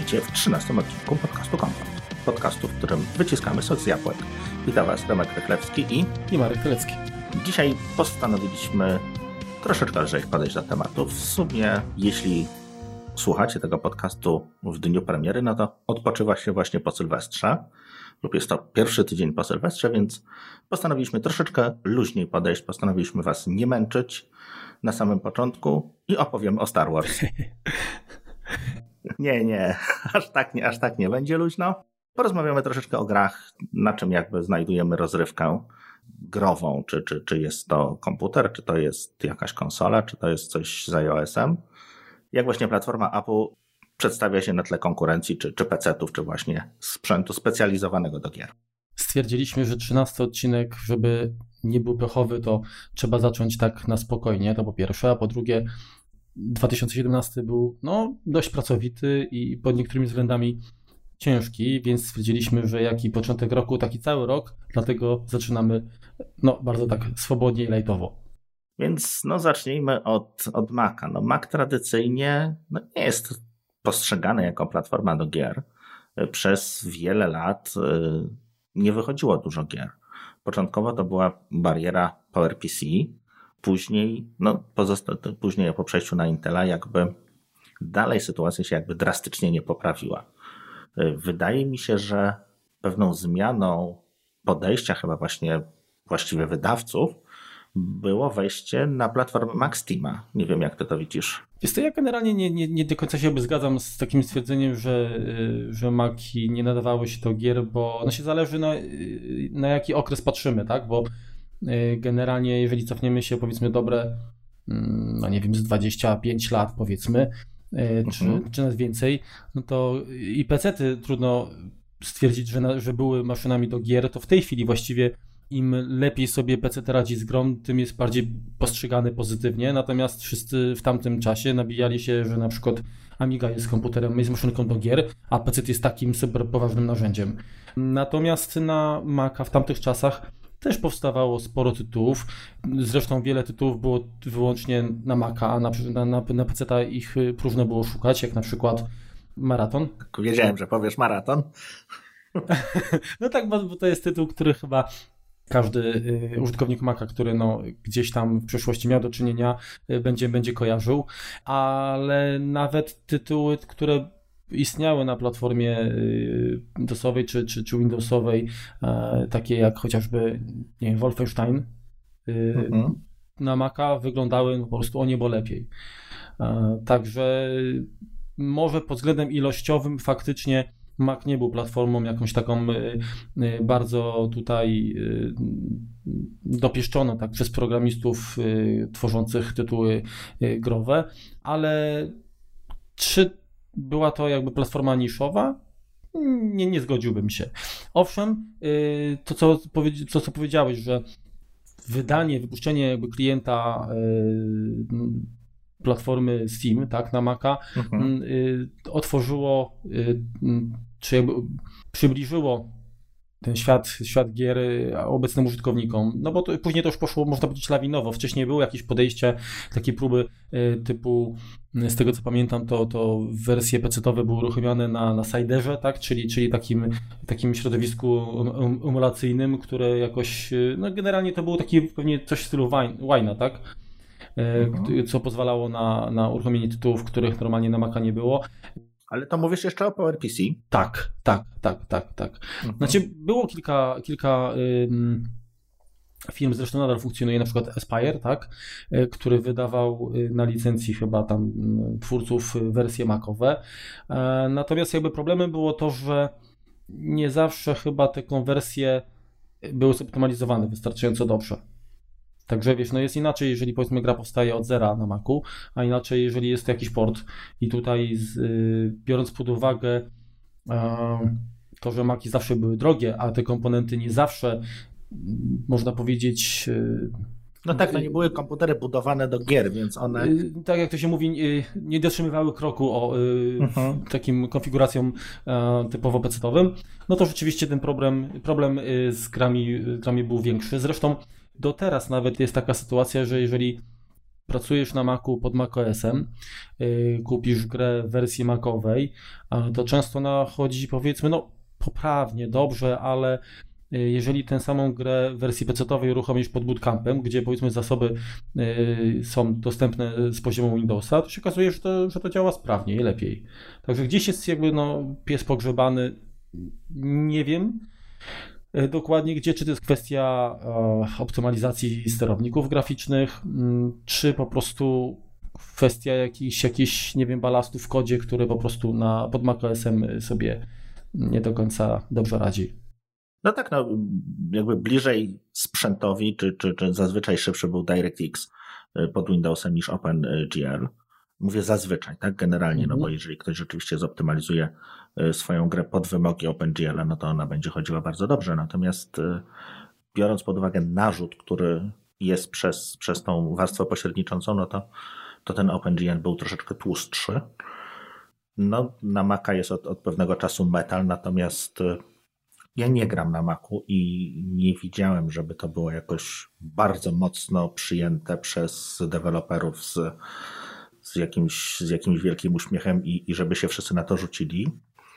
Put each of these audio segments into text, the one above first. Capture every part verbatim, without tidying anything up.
Witajcie w trzynastym odcinku podcastu Kompot. Podcastu, w którym wyciskamy sok z jabłek. Witam Was Remek Rychlewski i... I Marek Telecki. Dzisiaj postanowiliśmy troszeczkę lżej podejść do tematu. W sumie, jeśli słuchacie tego podcastu w dniu premiery, no to odpoczywa się właśnie po Sylwestrze lub jest to pierwszy tydzień po Sylwestrze, więc postanowiliśmy troszeczkę luźniej podejść, postanowiliśmy Was nie męczyć na samym początku i opowiem o Star Wars. Nie, nie, aż tak nie, aż tak nie będzie luźno. Porozmawiamy troszeczkę o grach, na czym jakby znajdujemy rozrywkę grową, czy, czy, czy jest to komputer, czy to jest jakaś konsola, czy to jest coś z iOS-em. Jak właśnie platforma Apple przedstawia się na tle konkurencji, czy, czy pecetów, czy właśnie sprzętu specjalizowanego do gier. Stwierdziliśmy, że trzynasty odcinek, żeby nie był pechowy, to trzeba zacząć tak na spokojnie, to po pierwsze, a po drugie dwa tysiące siedemnasty był no, dość pracowity i pod niektórymi względami ciężki, więc stwierdziliśmy, że jaki początek roku, taki cały rok, dlatego zaczynamy no, bardzo tak swobodnie i lajtowo. Więc no, zacznijmy od, od Maca. No, Mac tradycyjnie no, nie jest postrzegany jako platforma do gier. Przez wiele lat nie wychodziło dużo gier. Początkowo to była bariera PowerPC, później, no, pozosta- później po przejściu na Intela jakby dalej sytuacja się jakby drastycznie nie poprawiła. Wydaje mi się, że pewną zmianą podejścia chyba właśnie właściwie wydawców było wejście na platformę Mac Steama. Nie wiem, jak ty to widzisz. Jest to ja generalnie nie, nie, nie do końca się zgadzam z takim stwierdzeniem, że, że Maci nie nadawały się do gier, bo no się zależy na, na jaki okres patrzymy, tak? Bo generalnie jeżeli cofniemy się powiedzmy dobre, no nie wiem, z dwadzieścia pięć lat powiedzmy, czy, mhm. czy nawet więcej, no to i pecety trudno stwierdzić, że, na, że były maszynami do gier, to w tej chwili właściwie im lepiej sobie P C radzi z grą, tym jest bardziej postrzegany pozytywnie, natomiast wszyscy w tamtym czasie nabijali się, że na przykład Amiga jest komputerem, jest maszynką do gier, a P C jest takim super poważnym narzędziem. Natomiast na Maca w tamtych czasach też powstawało sporo tytułów, zresztą wiele tytułów było wyłącznie na Maca, a na, na, na, na P C ich próżno było szukać, jak na przykład Maraton. Wiedziałem, że powiesz Maraton. No tak, bo to jest tytuł, który chyba każdy użytkownik Maca, który no gdzieś tam w przeszłości miał do czynienia, będzie, będzie kojarzył, ale nawet tytuły, które istniały na platformie dosowej czy, czy, czy Windowsowej, takie jak chociażby nie wiem, Wolfenstein, mhm. na Maca wyglądały po prostu o niebo lepiej. Także może pod względem ilościowym faktycznie Mac nie był platformą jakąś taką bardzo tutaj dopieszczoną tak, przez programistów tworzących tytuły growe, ale czy była to jakby platforma niszowa? Nie, nie zgodziłbym się. Owszem, to co, to co powiedziałeś, że wydanie, wypuszczenie jakby klienta platformy Steam, tak, na Maca, mhm. otworzyło, czy jakby przybliżyło ten świat, świat gier obecnym użytkownikom, no bo to, później to już poszło, można powiedzieć, lawinowo. Wcześniej były jakieś podejście, takie próby typu, z tego co pamiętam, to, to wersje pecetowe były uruchomione na, na Cyderze, tak, czyli, czyli takim, takim środowisku emulacyjnym, które jakoś, no generalnie to było takie pewnie coś w stylu Wine'a, tak, mhm. co pozwalało na, na uruchomienie tytułów, których normalnie na Maca nie było. Ale to mówisz jeszcze o PowerPC? Tak, tak, tak, tak, tak. Mhm. Znaczy było kilka, kilka ym, firm, zresztą nadal funkcjonuje, na przykład Aspire, tak, y, który wydawał y, na licencji chyba tam y, twórców y, wersje macowe. Y, natomiast jakby problemem było to, że nie zawsze chyba te konwersje były zoptymalizowane wystarczająco dobrze. Także wiesz, no jest inaczej, jeżeli powiedzmy gra powstaje od zera na Macu, a inaczej, jeżeli jest to jakiś port. I tutaj z, y, biorąc pod uwagę y, to, że Maci zawsze były drogie, a te komponenty nie zawsze, y, można powiedzieć... Y, no tak, to nie były komputery budowane do gier, więc one... Y, tak jak to się mówi, y, nie dotrzymywały kroku o y, mhm. takim konfiguracjom y, typowo pecetowym, no to rzeczywiście ten problem, problem y, z grami, grami był większy. Zresztą do teraz nawet jest taka sytuacja, że jeżeli pracujesz na Macu pod macOSem, yy, kupisz grę w wersji macowej, to często nachodzi, powiedzmy, no poprawnie, dobrze, ale jeżeli tę samą grę w wersji pecetowej uruchomisz pod bootcampem, gdzie powiedzmy zasoby yy, są dostępne z poziomu Windowsa, to się okazuje, że to, że to działa sprawniej i lepiej. Także gdzieś jest jakby no, pies pogrzebany, nie wiem yy, dokładnie gdzie, czy to jest kwestia yy, optymalizacji sterowników graficznych, yy, czy po prostu kwestia jakichś, jakichś, nie wiem, balastów w kodzie, który po prostu na, pod macOSem sobie nie do końca dobrze radzi. No tak, no jakby bliżej sprzętowi, czy, czy, czy zazwyczaj szybszy był DirectX pod Windowsem niż OpenGL. Mówię zazwyczaj, tak, generalnie, no bo jeżeli ktoś rzeczywiście zoptymalizuje swoją grę pod wymogi OpenGL, no to ona będzie chodziła bardzo dobrze. Natomiast biorąc pod uwagę narzut, który jest przez, przez tą warstwę pośredniczącą, no to, to ten OpenGL był troszeczkę tłustszy. No na Maca jest od, od pewnego czasu metal, natomiast ja nie gram na Macu i nie widziałem, żeby to było jakoś bardzo mocno przyjęte przez deweloperów z, z, jakimś, z jakimś wielkim uśmiechem i, i żeby się wszyscy na to rzucili.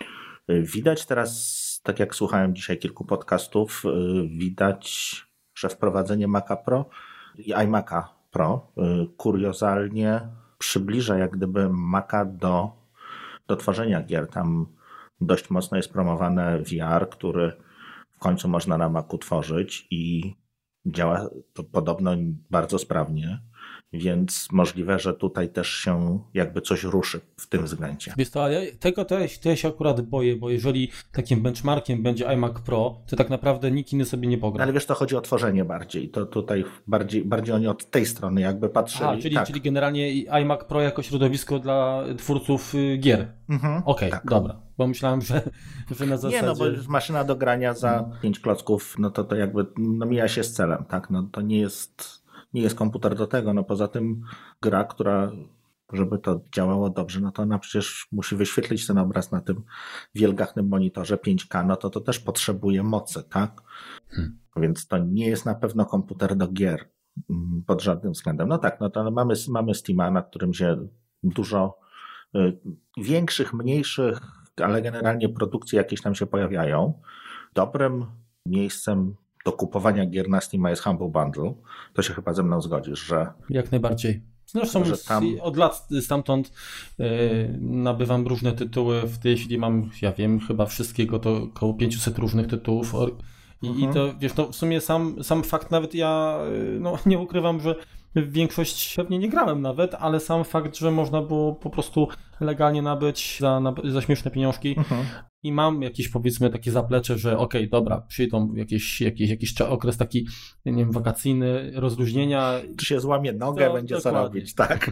Widać teraz, tak jak słuchałem dzisiaj kilku podcastów, widać, że wprowadzenie Maca Pro i iMaca Pro kuriozalnie przybliża jak gdyby Maca do, do tworzenia gier. Tam dość mocno jest promowane V R, który w końcu można na Macu tworzyć i działa to podobno bardzo sprawnie, więc możliwe, że tutaj też się jakby coś ruszy w tym względzie. Wiesz co, ale tego to ja, to ja się akurat boję, bo jeżeli takim benchmarkiem będzie iMac Pro, to tak naprawdę nikt inny sobie nie pogra. Ale wiesz, to chodzi o tworzenie bardziej, to tutaj bardziej, bardziej oni od tej strony jakby patrzyli. A, czyli, tak. czyli generalnie iMac Pro jako środowisko dla twórców gier. Mhm, Okej, okay, tak. Dobra, bo myślałem, że, że na zasadzie... Nie, no bo maszyna do grania za pięć klocków, no to to jakby no, mija się z celem, tak? No to nie jest... Nie jest komputer do tego, no poza tym gra, która, żeby to działało dobrze, no to ona przecież musi wyświetlić ten obraz na tym wielgachnym monitorze pięć K, no to to też potrzebuje mocy, tak? Hmm. Więc to nie jest na pewno komputer do gier pod żadnym względem. No tak, no to mamy, mamy Steama, na którym się dużo y, większych, mniejszych, ale generalnie produkcje jakieś tam się pojawiają. Dobrym miejscem do kupowania gier na Steama jest Humble Bundle. To się chyba ze mną zgodzisz, że... Jak najbardziej. Zresztą że tam... od lat stamtąd yy, nabywam różne tytuły. W tej chwili mam, ja wiem, chyba wszystkiego to około pięćset różnych tytułów. I, mhm. i to, wiesz, no w sumie sam, sam fakt nawet ja, no nie ukrywam, że w większość pewnie nie grałem nawet, ale sam fakt, że można było po prostu legalnie nabyć za, na, za śmieszne pieniążki mhm. i mam jakieś powiedzmy takie zaplecze, że okej, okay, dobra, przyjdą jakieś, jakieś, jakiś okres taki, nie wiem, wakacyjny, rozluźnienia. Czy się złamie nogę, to, będzie dokładnie. Co robić, tak.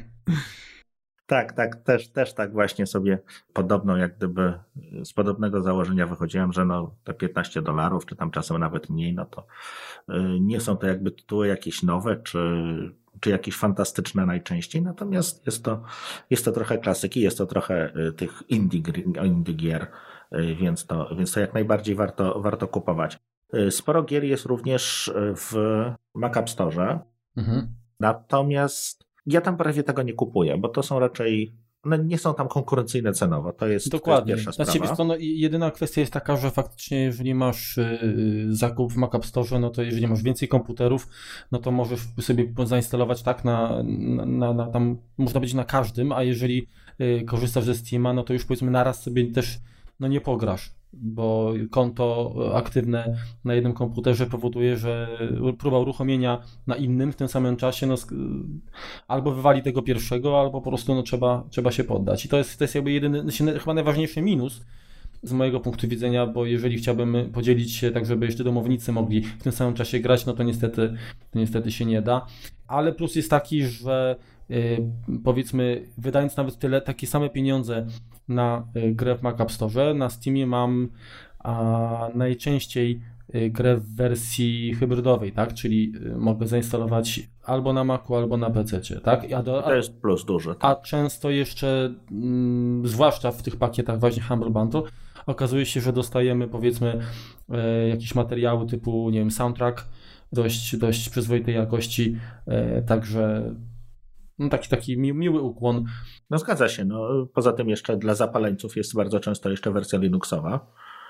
Tak, tak, też, też tak właśnie sobie podobno jak gdyby z podobnego założenia wychodziłem, że no te piętnaście dolarów, czy tam czasem nawet mniej, no to nie są to jakby tytuły jakieś nowe, czy, czy jakieś fantastyczne najczęściej, natomiast jest to, jest to trochę klasyki, jest to trochę tych indie, indie gier, więc to, więc to jak najbardziej warto, warto kupować. Sporo gier jest również w Mac App Store, mhm. natomiast ja tam prawie tego nie kupuję, bo to są raczej, one nie są tam konkurencyjne cenowo, to jest, Dokładnie. To jest pierwsza znaczy, sprawa. To, no, jedyna kwestia jest taka, że faktycznie jeżeli masz yy, zakup w Mac App Store, no to jeżeli masz więcej komputerów, no to możesz sobie zainstalować tak na, na, na, na tam, można być na każdym, a jeżeli yy, korzystasz ze Steama, no to już powiedzmy naraz sobie też no nie pograsz, bo konto aktywne na jednym komputerze powoduje, że próba uruchomienia na innym w tym samym czasie no, albo wywali tego pierwszego, albo po prostu no, trzeba, trzeba się poddać. I to jest, to jest jakby jedyny, chyba najważniejszy minus z mojego punktu widzenia, bo jeżeli chciałbym podzielić się tak, żeby jeszcze domownicy mogli w tym samym czasie grać, no to niestety, to niestety się nie da. Ale plus jest taki, że yy, powiedzmy wydając nawet tyle, takie same pieniądze na grę w Mac App Store, na Steamie mam a, najczęściej grę w wersji hybrydowej, tak? Czyli mogę zainstalować albo na Macu, albo na pececie, tak? A do, a, to jest plus duży. Tak? A często jeszcze, mm, zwłaszcza w tych pakietach właśnie Humble Bundle, okazuje się, że dostajemy powiedzmy e, jakieś materiały typu, nie wiem, soundtrack dość, dość przyzwoitej jakości, e, także no taki, taki mi, miły ukłon. No zgadza się. No, poza tym jeszcze dla zapaleńców jest bardzo często jeszcze wersja Linuxowa.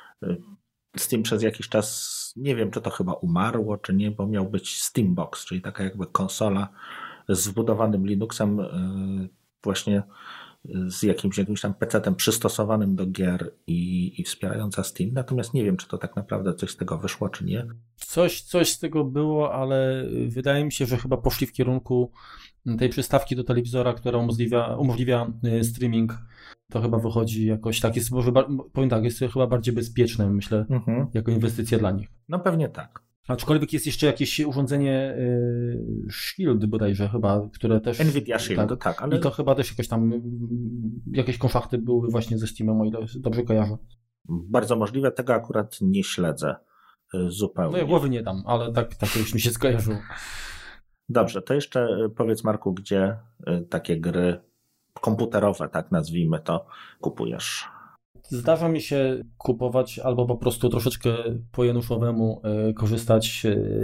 Steam przez jakiś czas, nie wiem czy to chyba umarło, czy nie, bo miał być Steambox, czyli taka jakby konsola z wbudowanym Linuxem, właśnie z jakimś, jakimś tam pecetem przystosowanym do gier i, i wspierająca Steam. Natomiast nie wiem, czy to tak naprawdę coś z tego wyszło, czy nie. Coś, coś z tego było, ale wydaje mi się, że chyba poszli w kierunku tej przystawki do telewizora, która umożliwia, umożliwia streaming. To chyba wychodzi jakoś tak, jest może, powiem tak, jest to chyba bardziej bezpieczne, myślę, mhm. jako inwestycja dla nich. No pewnie tak. Aczkolwiek jest jeszcze jakieś urządzenie yy, Shield bodajże chyba, które też... Nvidia Shield, tak, tak, ale... I to chyba też jakoś tam, yy, jakieś konszachty były właśnie ze Steamem, o ile dobrze kojarzę. Bardzo możliwe, tego akurat nie śledzę yy, zupełnie. No ja głowy nie dam, ale tak, tak już mi się skojarzyło. Dobrze, to jeszcze powiedz Marku, gdzie yy, takie gry komputerowe, tak nazwijmy to, kupujesz? Zdarza mi się kupować albo po prostu troszeczkę po januszowemu y, korzystać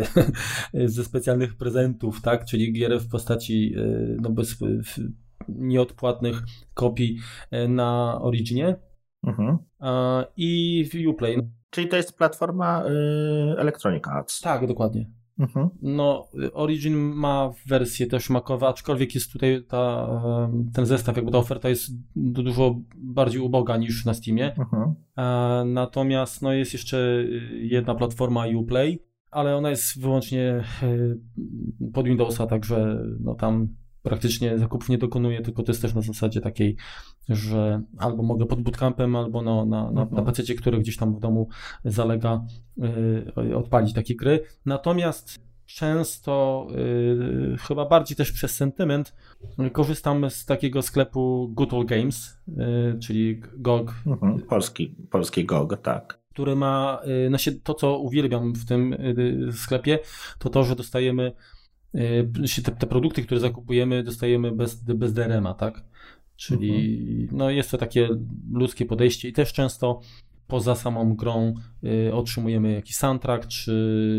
y, ze specjalnych prezentów, tak, czyli gier w postaci y, no bez y, nieodpłatnych kopii y, na Originie mhm. y, i w Uplay. Czyli to jest platforma y, Electronic Arts. Tak, dokładnie. Mhm. No, Origin ma wersje też macowe, aczkolwiek jest tutaj ta, ten zestaw, jakby ta oferta jest dużo bardziej uboga niż na Steamie. Mhm. Natomiast no, jest jeszcze jedna platforma Uplay, ale ona jest wyłącznie pod Windowsa, także no, tam praktycznie zakupów nie dokonuję, tylko to jest też na zasadzie takiej, że albo mogę pod bootcampem, albo no, na, na, na pececie, który gdzieś tam w domu zalega, yy, odpalić takie gry. Natomiast często, yy, chyba bardziej też przez sentyment, korzystam z takiego sklepu Good Old Games, yy, czyli G O G. Mhm. Polski, polski G O G, tak. Który ma, yy, no się, to co uwielbiam w tym yy, sklepie, to to, że dostajemy Te, te produkty, które zakupujemy, dostajemy bez, bez D R M a, tak? Czyli mhm. no jest to takie ludzkie podejście i też często poza samą grą y, otrzymujemy jakiś soundtrack, czy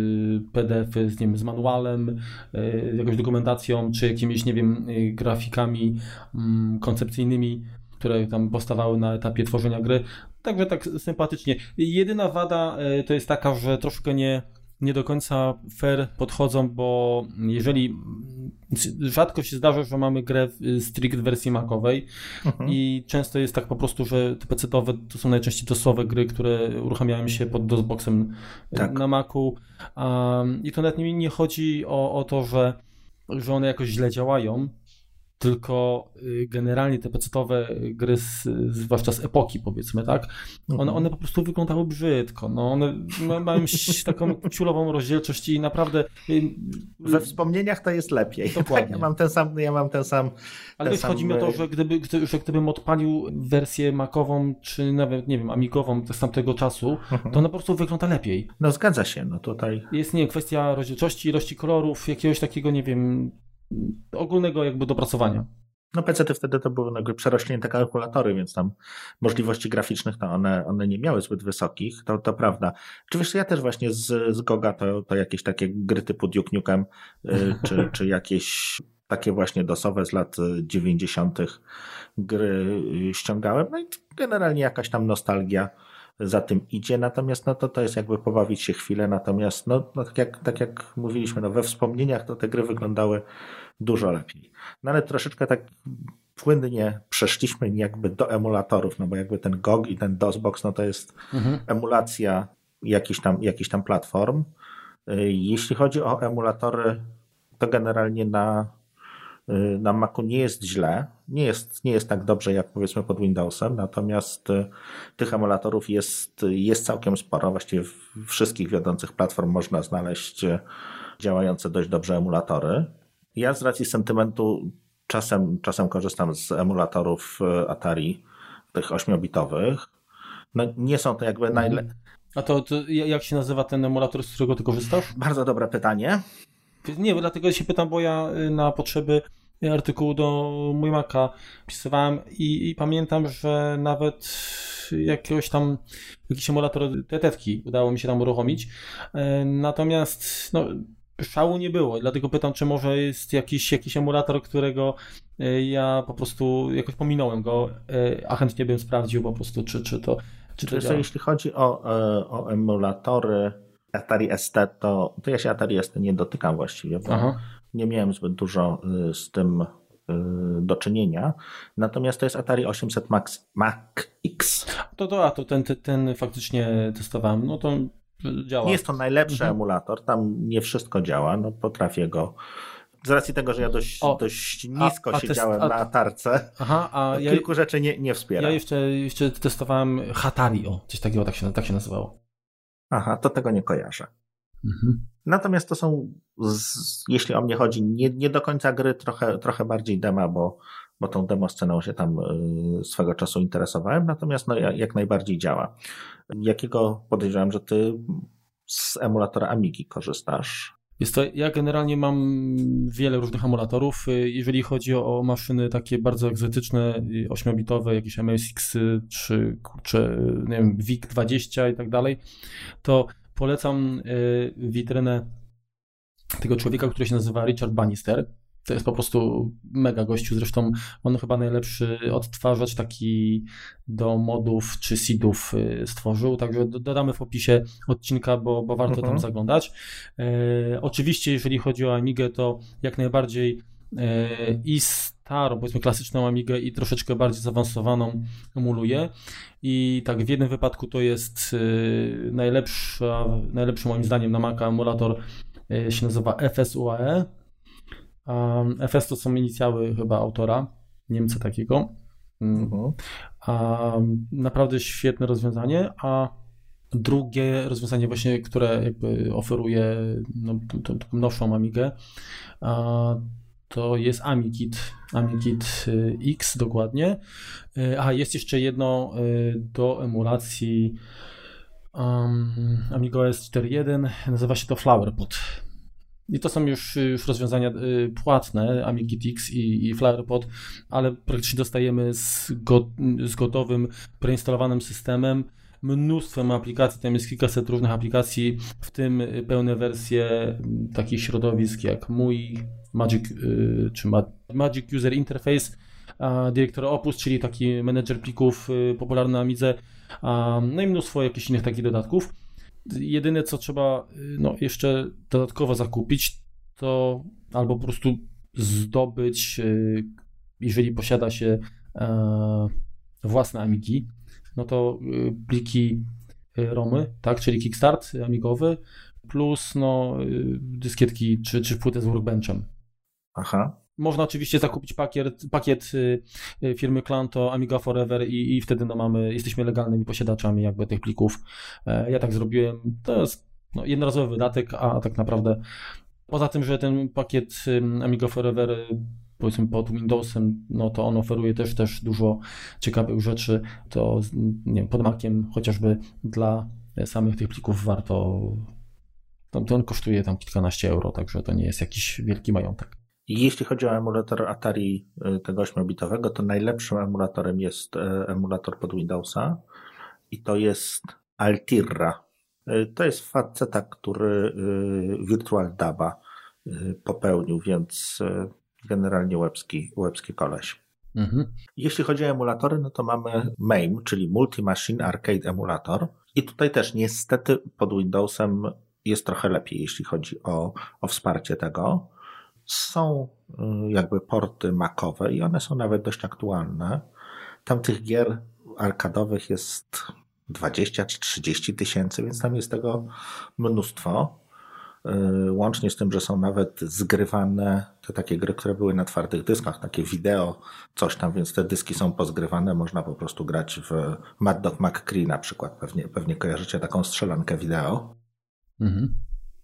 P D F-y z, nie wiem, z manualem, y, jakąś dokumentacją, czy jakimiś, nie wiem, y, grafikami y, koncepcyjnymi, które tam powstawały na etapie tworzenia gry. Także tak sympatycznie. Jedyna wada y, to jest taka, że troszkę nie nie do końca fair podchodzą, bo jeżeli rzadko się zdarza, że mamy grę strict w wersji macowej mhm. i często jest tak po prostu, że te pecetowe to są najczęściej dosowe gry, które uruchamiają się pod DOSBoxem tak. na Macu um, i to nawet nie, nie chodzi o, o to, że, że one jakoś źle działają, tylko generalnie te pecetowe gry, z, zwłaszcza z epoki powiedzmy, tak, one, one po prostu wyglądały brzydko, no one mają taką ciulową rozdzielczość i naprawdę... We wspomnieniach to jest lepiej. Tak, ja mam ten sam, ja mam ten sam... Ale wiesz, chodzi mi o to, że, gdyby, że gdybym odpalił wersję macową, czy nawet, nie wiem, amigową z tamtego czasu, to ona po prostu wygląda lepiej. No zgadza się, no tutaj... Jest, nie wiem, kwestia rozdzielczości, ilości kolorów, jakiegoś takiego, nie wiem... ogólnego jakby dopracowania. No pecety wtedy to były jakby przerośnięte kalkulatory, więc tam możliwości graficznych to one, one nie miały zbyt wysokich, to, to prawda. Oczywiście ja też właśnie z, z Goga to, to jakieś takie gry typu Duke Nukem, y, czy, czy jakieś takie właśnie dosowe z lat dziewięćdziesiątych gry ściągałem, no i generalnie jakaś tam nostalgia za tym idzie, natomiast no to, to jest jakby pobawić się chwilę, natomiast no, no tak, jak, tak jak mówiliśmy, no we wspomnieniach to te gry wyglądały dużo lepiej. No ale troszeczkę tak płynnie przeszliśmy jakby do emulatorów, no bo jakby ten G O G i ten DOSBox, no to jest mhm. emulacja jakichś tam, jakichś tam platform. Jeśli chodzi o emulatory, to generalnie na na Macu nie jest źle, nie jest, nie jest tak dobrze jak powiedzmy pod Windowsem, natomiast tych emulatorów jest, jest całkiem sporo, właściwie wszystkich wiodących platform można znaleźć działające dość dobrze emulatory. Ja z racji sentymentu czasem, czasem korzystam z emulatorów Atari, tych ośmiobitowych. No nie są to jakby najlepsze. A to, to jak się nazywa ten emulator, z którego ty korzystasz? Bardzo dobre pytanie. Nie, dlatego się pytam, bo ja na potrzeby artykułu do mój Maca pisywałem i, i pamiętam, że nawet jakiegoś tam, jakiś emulator tetetki udało mi się tam uruchomić. Natomiast no, szału nie było, dlatego pytam, czy może jest jakiś, jakiś emulator, którego ja po prostu jakoś pominąłem go, a chętnie bym sprawdził po prostu, czy, czy to czy to działa. Jeśli chodzi o, o emulatory Atari S T, to, to ja się Atari S T nie dotykam właściwie, bo Aha. nie miałem zbyt dużo z tym do czynienia. Natomiast to jest Atari osiemset Max, Mac-X. To, to, a to ten, ten, ten faktycznie testowałem. No to działa. Nie jest to najlepszy mhm. emulator, tam nie wszystko działa, no potrafię go. Z racji tego, że ja dość, o, dość nisko a, a siedziałem test, a, na tarce, aha, a kilku ja, rzeczy nie, nie wspiera. Ja jeszcze, jeszcze testowałem Hatari, o, coś takiego tak się, tak się nazywało. Aha, to tego nie kojarzę. Mhm. Natomiast to są, z, jeśli o mnie chodzi, nie, nie do końca gry, trochę, trochę bardziej dema, bo, bo tą demo sceną się tam y, swego czasu interesowałem, natomiast no, jak najbardziej działa. Jakiego podejrzewam, że ty z emulatora Amigi korzystasz? Jest to, ja generalnie mam wiele różnych emulatorów. Jeżeli chodzi o, o maszyny takie bardzo egzotyczne, ośmiobitowe, jakieś M S X czy, czy nie wiem, V I C dwadzieścia i tak dalej, to polecam y, witrynę tego człowieka, który się nazywa Richard Bannister. To jest po prostu mega gościu, zresztą on chyba najlepszy odtwarzacz taki do modów czy seedów stworzył, także dodamy w opisie odcinka, bo, bo warto uh-huh. tam zaglądać. E, oczywiście jeżeli chodzi o Amigę, to jak najbardziej e, i starą, powiedzmy klasyczną Amigę i troszeczkę bardziej zaawansowaną emuluje i tak w jednym wypadku to jest e, najlepsza, najlepszy moim zdaniem na Maca emulator e, się nazywa F S U A E. Um, F S to są inicjały chyba autora, Niemca takiego. Uh-huh. Um, naprawdę świetne rozwiązanie, a drugie rozwiązanie właśnie, które jakby oferuje no, tą, tą nowszą Amigę, a, to jest AmiKit, AmiKit X dokładnie. A jest jeszcze jedno do emulacji um, AmigaOS cztery jeden, nazywa się to FlowerPod. I to są już, już rozwiązania płatne, AmiKit X i, i FlowerPod, ale praktycznie dostajemy z, go, z gotowym, preinstalowanym systemem, mnóstwem aplikacji, tam jest kilkaset różnych aplikacji, w tym pełne wersje takich środowisk jak mój, Magic, czy Magic User Interface, Director Opus, czyli taki menedżer plików popularny na Amidze, no i mnóstwo jakichś innych takich dodatków. Jedyne, co trzeba no, jeszcze dodatkowo zakupić, to albo po prostu zdobyć, jeżeli posiada się własne Amigi, no to pliki romy, tak, czyli kickstart amigowy, plus no, dyskietki czy, czy płytę z workbenchem. Aha. Można oczywiście zakupić pakiet, pakiet firmy Klanto Amiga Forever i, i wtedy no mamy, jesteśmy legalnymi posiadaczami jakby tych plików. Ja tak zrobiłem. To jest no, jednorazowy wydatek, a tak naprawdę poza tym, że ten pakiet Amiga Forever powiedzmy pod Windowsem, no to on oferuje też, też dużo ciekawych rzeczy, to nie wiem, pod Maciem chociażby dla samych tych plików warto, to on kosztuje tam kilkanaście euro, także to nie jest jakiś wielki majątek. Jeśli chodzi o emulator Atari tego ośmiobitowego, to najlepszym emulatorem jest emulator pod Windowsa i to jest Altirra. To jest faceta, który Virtual Duba popełnił, więc generalnie łebski, łebski koleś. Mhm. Jeśli chodzi o emulatory, no to mamy M A M E, czyli Multi-Machine Arcade Emulator i tutaj też niestety pod Windowsem jest trochę lepiej, jeśli chodzi o, o wsparcie tego. Są jakby porty macowe i one są nawet dość aktualne. Tam tych gier arkadowych jest dwadzieścia czy trzydzieści tysięcy, więc tam jest tego mnóstwo. Łącznie z tym, że są nawet zgrywane te takie gry, które były na twardych dyskach, takie wideo, coś tam, więc te dyski są pozgrywane. Można po prostu grać w Mad Dog McCree na przykład. Pewnie, pewnie kojarzycie taką strzelankę wideo. Mhm.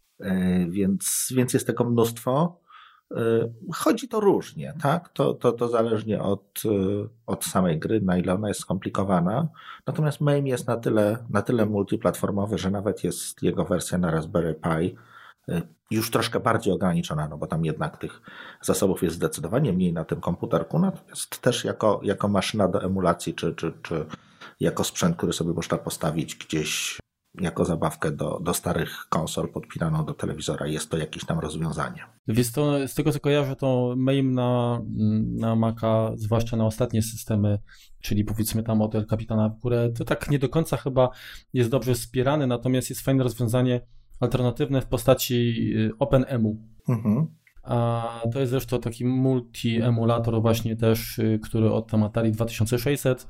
Więc, więc jest tego mnóstwo. Chodzi to różnie, tak? To, to, to zależnie od, od samej gry, na ile ona jest skomplikowana. Natomiast M A M E jest na tyle, na tyle multiplatformowy, że nawet jest jego wersja na Raspberry Pi już troszkę bardziej ograniczona, no bo tam jednak tych zasobów jest zdecydowanie mniej na tym komputerku, natomiast też jako, jako maszyna do emulacji, czy, czy, czy jako sprzęt, który sobie można postawić gdzieś jako zabawkę do, do starych konsol podpinaną do telewizora. Jest to jakieś tam rozwiązanie. Więc to, z tego co kojarzę, to MAME na, na Maca, zwłaszcza na ostatnie systemy, czyli powiedzmy tam model Kapitana w górę, to tak nie do końca chyba jest dobrze wspierany, natomiast jest fajne rozwiązanie alternatywne w postaci OpenEMU. Mhm. A to jest zresztą taki multi-emulator właśnie też, który od tam Atari dwa tysiące sześćset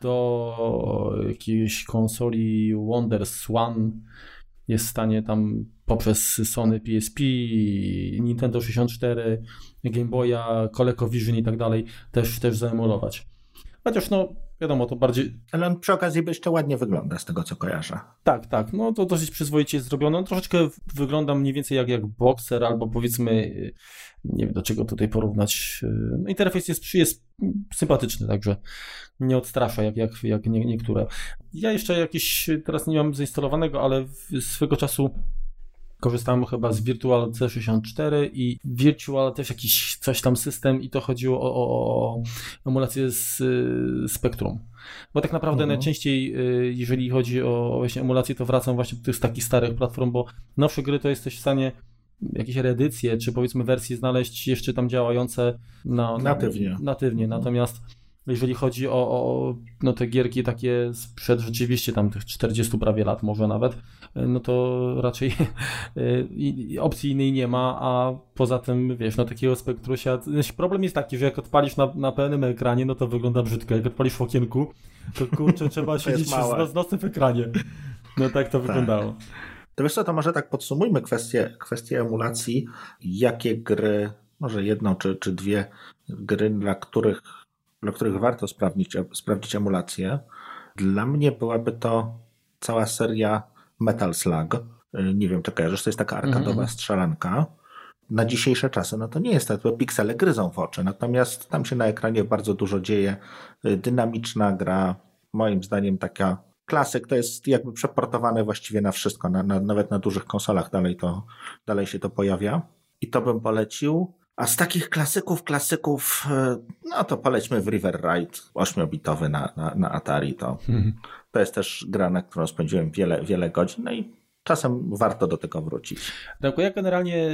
do jakiejś konsoli Wonders One jest w stanie tam poprzez Sony P S P, Nintendo sześćdziesiąt cztery, Game Boya, ColecoVision i tak dalej też, też zaemulować. Chociaż no wiadomo, to bardziej... Ale on przy okazji jeszcze ładnie wygląda z tego, co kojarzę. Tak, tak. No to dosyć przyzwoicie jest zrobione. On troszeczkę wygląda mniej więcej jak, jak Boxer albo powiedzmy, nie wiem do czego tutaj porównać. No, interfejs jest, jest sympatyczny, także nie odstrasza jak, jak, jak nie, niektóre. Ja jeszcze jakieś, teraz nie mam zainstalowanego, ale swego czasu korzystałem chyba z Virtual C sześćdziesiąt cztery i Virtual też jakiś coś tam system i to chodziło o, o, o emulację z y, Spectrum. Bo tak naprawdę mhm. najczęściej, y, jeżeli chodzi o właśnie emulację, to wracam właśnie do tych takich starych platform, bo nowsze gry to jesteś w stanie jakieś reedycje, czy powiedzmy wersje znaleźć jeszcze tam działające na, natywnie. Na, natywnie. Natomiast jeżeli chodzi o, o no te gierki takie sprzed rzeczywiście tam tych czterdziestu prawie lat może nawet, no to raczej opcji innej nie ma, a poza tym wiesz, no takiego Spektrusia, problem jest taki, że jak odpalisz na, na pełnym ekranie, no to wygląda brzydko, jak odpalisz w okienku, to kurczę, trzeba siedzieć z, z nosem w ekranie. No tak to tak. wyglądało. To wiesz co, to może tak podsumujmy kwestię, kwestię emulacji, jakie gry, może jedną czy, czy dwie gry, dla których dla których warto sprawdzić, sprawdzić emulację. Dla mnie byłaby to cała seria Metal Slug. Nie wiem, czy kojarzysz, to jest taka arkadowa mm-hmm. strzelanka. Na dzisiejsze czasy, no to nie jest tak, bo piksele gryzą w oczy, natomiast tam się na ekranie bardzo dużo dzieje. Dynamiczna gra, moim zdaniem taka klasyk, to jest jakby przeportowane właściwie na wszystko, na, na, nawet na dużych konsolach dalej, to, dalej się to pojawia. I to bym polecił. A z takich klasyków, klasyków, no to polećmy w River Ride, ośmiobitowy na, na, na Atari. To, hmm. to jest też gra, na którą spędziłem wiele, wiele godzin, no i czasem warto do tego wrócić. Tak, ja generalnie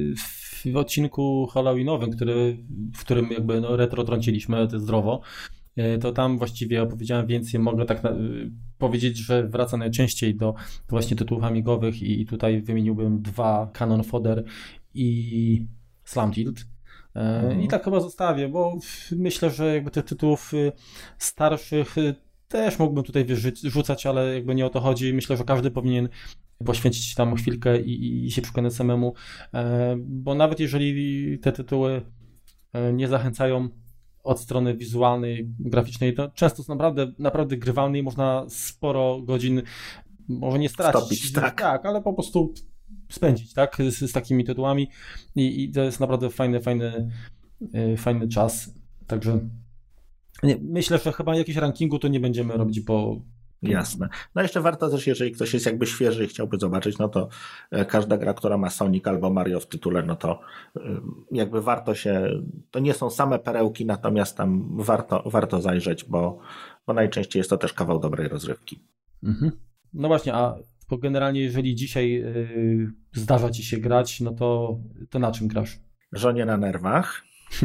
w odcinku halloweenowym, który, w którym jakby no retro trąciliśmy to zdrowo, to tam właściwie opowiedziałem więcej, mogę tak na, powiedzieć, że wracam najczęściej do, do właśnie tytułów amigowych i, i tutaj wymieniłbym dwa, Cannon Fodder i Slam Tilt. Mhm. I tak chyba zostawię, bo myślę, że jakby tych tytułów starszych też mógłbym tutaj wyrzucać, ale jakby nie o to chodzi. Myślę, że każdy powinien poświęcić tam chwilkę i, i się przekonać samemu, bo nawet jeżeli te tytuły nie zachęcają od strony wizualnej, graficznej, to często są naprawdę, naprawdę grywalne i można sporo godzin może nie stracić. Stopić, tak. tak, ale po prostu spędzić, tak, z, z takimi tytułami I, i to jest naprawdę fajny, fajny, yy, fajny czas, także nie, myślę, że chyba jakiegoś rankingu to nie będziemy robić, bo... Jasne. No jeszcze warto też, jeżeli ktoś jest jakby świeży i chciałby zobaczyć, no to każda gra, która ma Sonic albo Mario w tytule, no to jakby warto się, to nie są same perełki, natomiast tam warto, warto zajrzeć, bo, bo najczęściej jest to też kawał dobrej rozrywki. Mhm. No właśnie, a bo generalnie jeżeli dzisiaj yy, zdarza ci się grać, no to, to na czym grasz? Żonie na nerwach.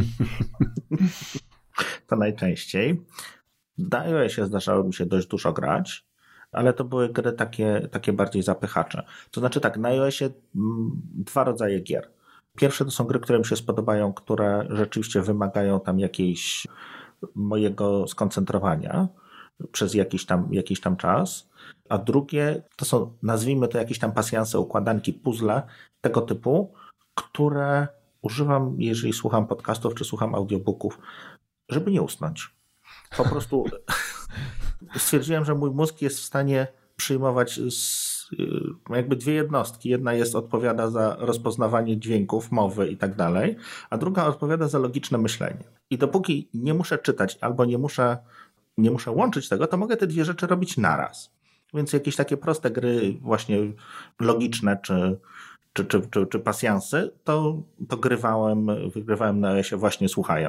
To najczęściej. Na iOSie zdarzało mi się dość dużo grać, ale to były gry takie, takie bardziej zapychacze. To znaczy tak, na iOSie dwa rodzaje gier. Pierwsze to są gry, które mi się spodobają, które rzeczywiście wymagają tam jakiejś mojego skoncentrowania przez jakiś tam, jakiś tam czas. A drugie to są, nazwijmy to jakieś tam pasjanse, układanki, puzzle tego typu, które używam, jeżeli słucham podcastów czy słucham audiobooków, żeby nie usnąć. Po prostu stwierdziłem, że mój mózg jest w stanie przyjmować jakby dwie jednostki. Jedna jest odpowiada za rozpoznawanie dźwięków, mowy i tak dalej, a druga odpowiada za logiczne myślenie. I dopóki nie muszę czytać albo nie muszę, nie muszę łączyć tego, to mogę te dwie rzeczy robić naraz. Więc jakieś takie proste gry właśnie logiczne czy, czy, czy, czy, czy pasjansy, to, to grywałem, wygrywałem na iOSie właśnie słuchając.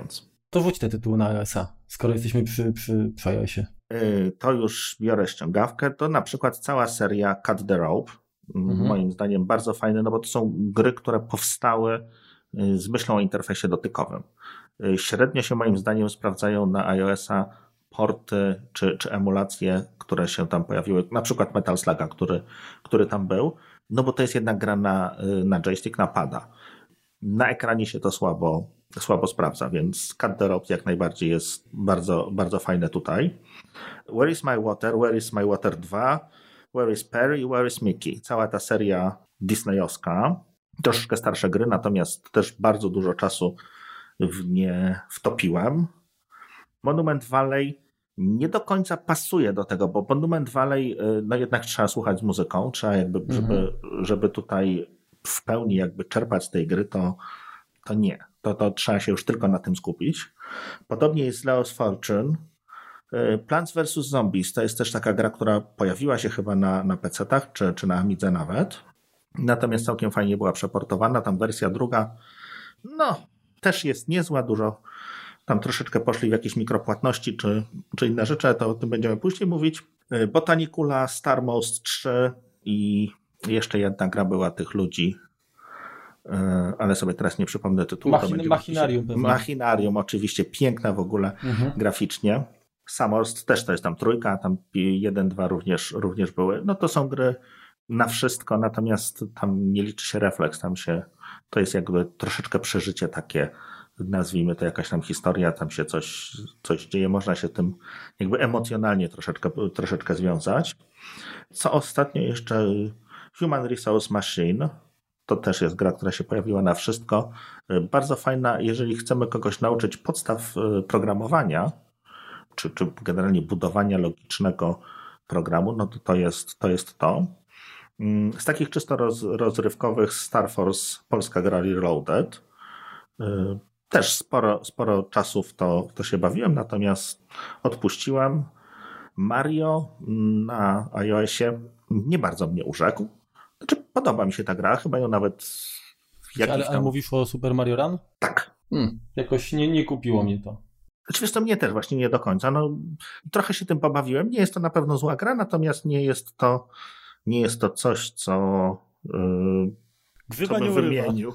To rzuć te tytuły na iOS-a, skoro jesteśmy przy, przy, przy iOSie. To już biorę ściągawkę. To na przykład cała seria Cut the Rope. Mhm. Moim zdaniem bardzo fajne, no bo to są gry, które powstały z myślą o interfejsie dotykowym. Średnio się moim zdaniem sprawdzają na iOS-a porty czy, czy emulacje, które się tam pojawiły, na przykład Metal Sluga, który, który tam był, no bo to jest jednak gra na, na joystick, na pada. Na ekranie się to słabo, słabo sprawdza, więc Cut the Rope jak najbardziej jest bardzo, bardzo fajne tutaj. Where is my water? Where is my water dwa? Where is Perry? Where is Mickey? Cała ta seria disneyowska, troszeczkę starsze gry, natomiast też bardzo dużo czasu w nie wtopiłem. Monument Valley nie do końca pasuje do tego, bo Monument Valley no jednak trzeba słuchać z muzyką, trzeba jakby, mhm. żeby, żeby tutaj w pełni jakby czerpać z tej gry, to, to nie. To, to trzeba się już tylko na tym skupić. Podobnie jest Leo's Fortune. Plants versus. Zombies to jest też taka gra, która pojawiła się chyba na, na pecetach, czy, czy na Amidze nawet. Natomiast całkiem fajnie była przeportowana. Tam wersja druga, no, też jest niezła, dużo. Tam troszeczkę poszli w jakieś mikropłatności, czy, czy inne rzeczy, ale to o tym będziemy później mówić. Botanicula, Starmost trzy i jeszcze jedna gra była tych ludzi, ale sobie teraz nie przypomnę tytułu. Machin- Machinarium. Się... Machinarium, oczywiście, piękna w ogóle mhm. graficznie. Samorst też to jest tam trójka, tam jeden, dwa również, również były. No to są gry na wszystko, natomiast tam nie liczy się refleks, tam się, to jest jakby troszeczkę przeżycie takie, nazwijmy to jakaś tam historia, tam się coś, coś dzieje, można się tym jakby emocjonalnie troszeczkę, troszeczkę związać. Co ostatnio jeszcze Human Resource Machine, to też jest gra, która się pojawiła na wszystko. Bardzo fajna, jeżeli chcemy kogoś nauczyć podstaw programowania, czy, czy generalnie budowania logicznego programu, no to to jest to. Jest to. Z takich czysto roz, rozrywkowych Star Force, polska gra Reloaded. Też sporo, sporo czasu w to, w to się bawiłem, natomiast odpuściłem. Mario na iOSie nie bardzo mnie urzekł. Znaczy, podoba mi się ta gra, chyba ją nawet... Ale, tam... ale mówisz o Super Mario Run? Tak. Hmm, jakoś nie, nie kupiło mnie to. Znaczy, wiesz, to mnie też właśnie nie do końca. No, trochę się tym pobawiłem. Nie jest to na pewno zła gra, natomiast nie jest to, nie jest to coś, co, yy, co by wymienił.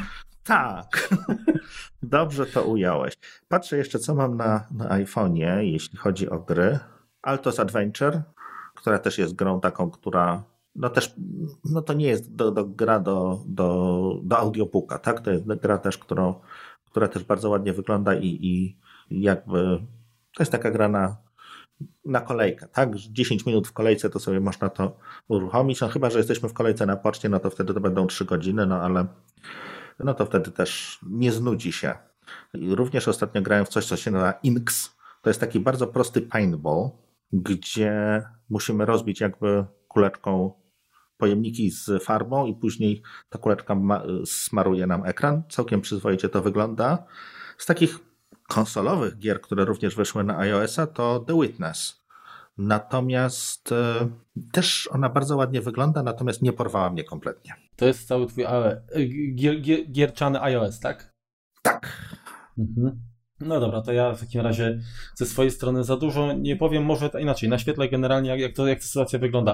Tak. Dobrze to ująłeś. Patrzę jeszcze, co mam na, na iPhone'ie, jeśli chodzi o gry. Altos Adventure, która też jest grą taką, która no też, no to nie jest do, do, gra do, do, do audiobooka, tak? To jest gra też, którą, która też bardzo ładnie wygląda i, i jakby to jest taka gra na, na kolejkę, tak? dziesięć minut w kolejce to sobie można to uruchomić, no chyba, że jesteśmy w kolejce na poczcie, no to wtedy to będą trzy godziny, no ale no to wtedy też nie znudzi się. I również ostatnio grałem w coś, co się nazywa Inks. To jest taki bardzo prosty paintball, gdzie musimy rozbić jakby kuleczką pojemniki z farbą i później ta kuleczka ma- smaruje nam ekran. Całkiem przyzwoicie to wygląda. Z takich konsolowych gier, które również wyszły na iOS-a, to The Witness. Natomiast e, też ona bardzo ładnie wygląda, natomiast nie porwała mnie kompletnie. To jest cały twój ale, gier, gier, gierczany iOS, tak? Tak. Mhm. No dobra, to ja w takim razie ze swojej strony za dużo nie powiem, może inaczej, naświetlę generalnie jak, jak, to, jak ta sytuacja wygląda.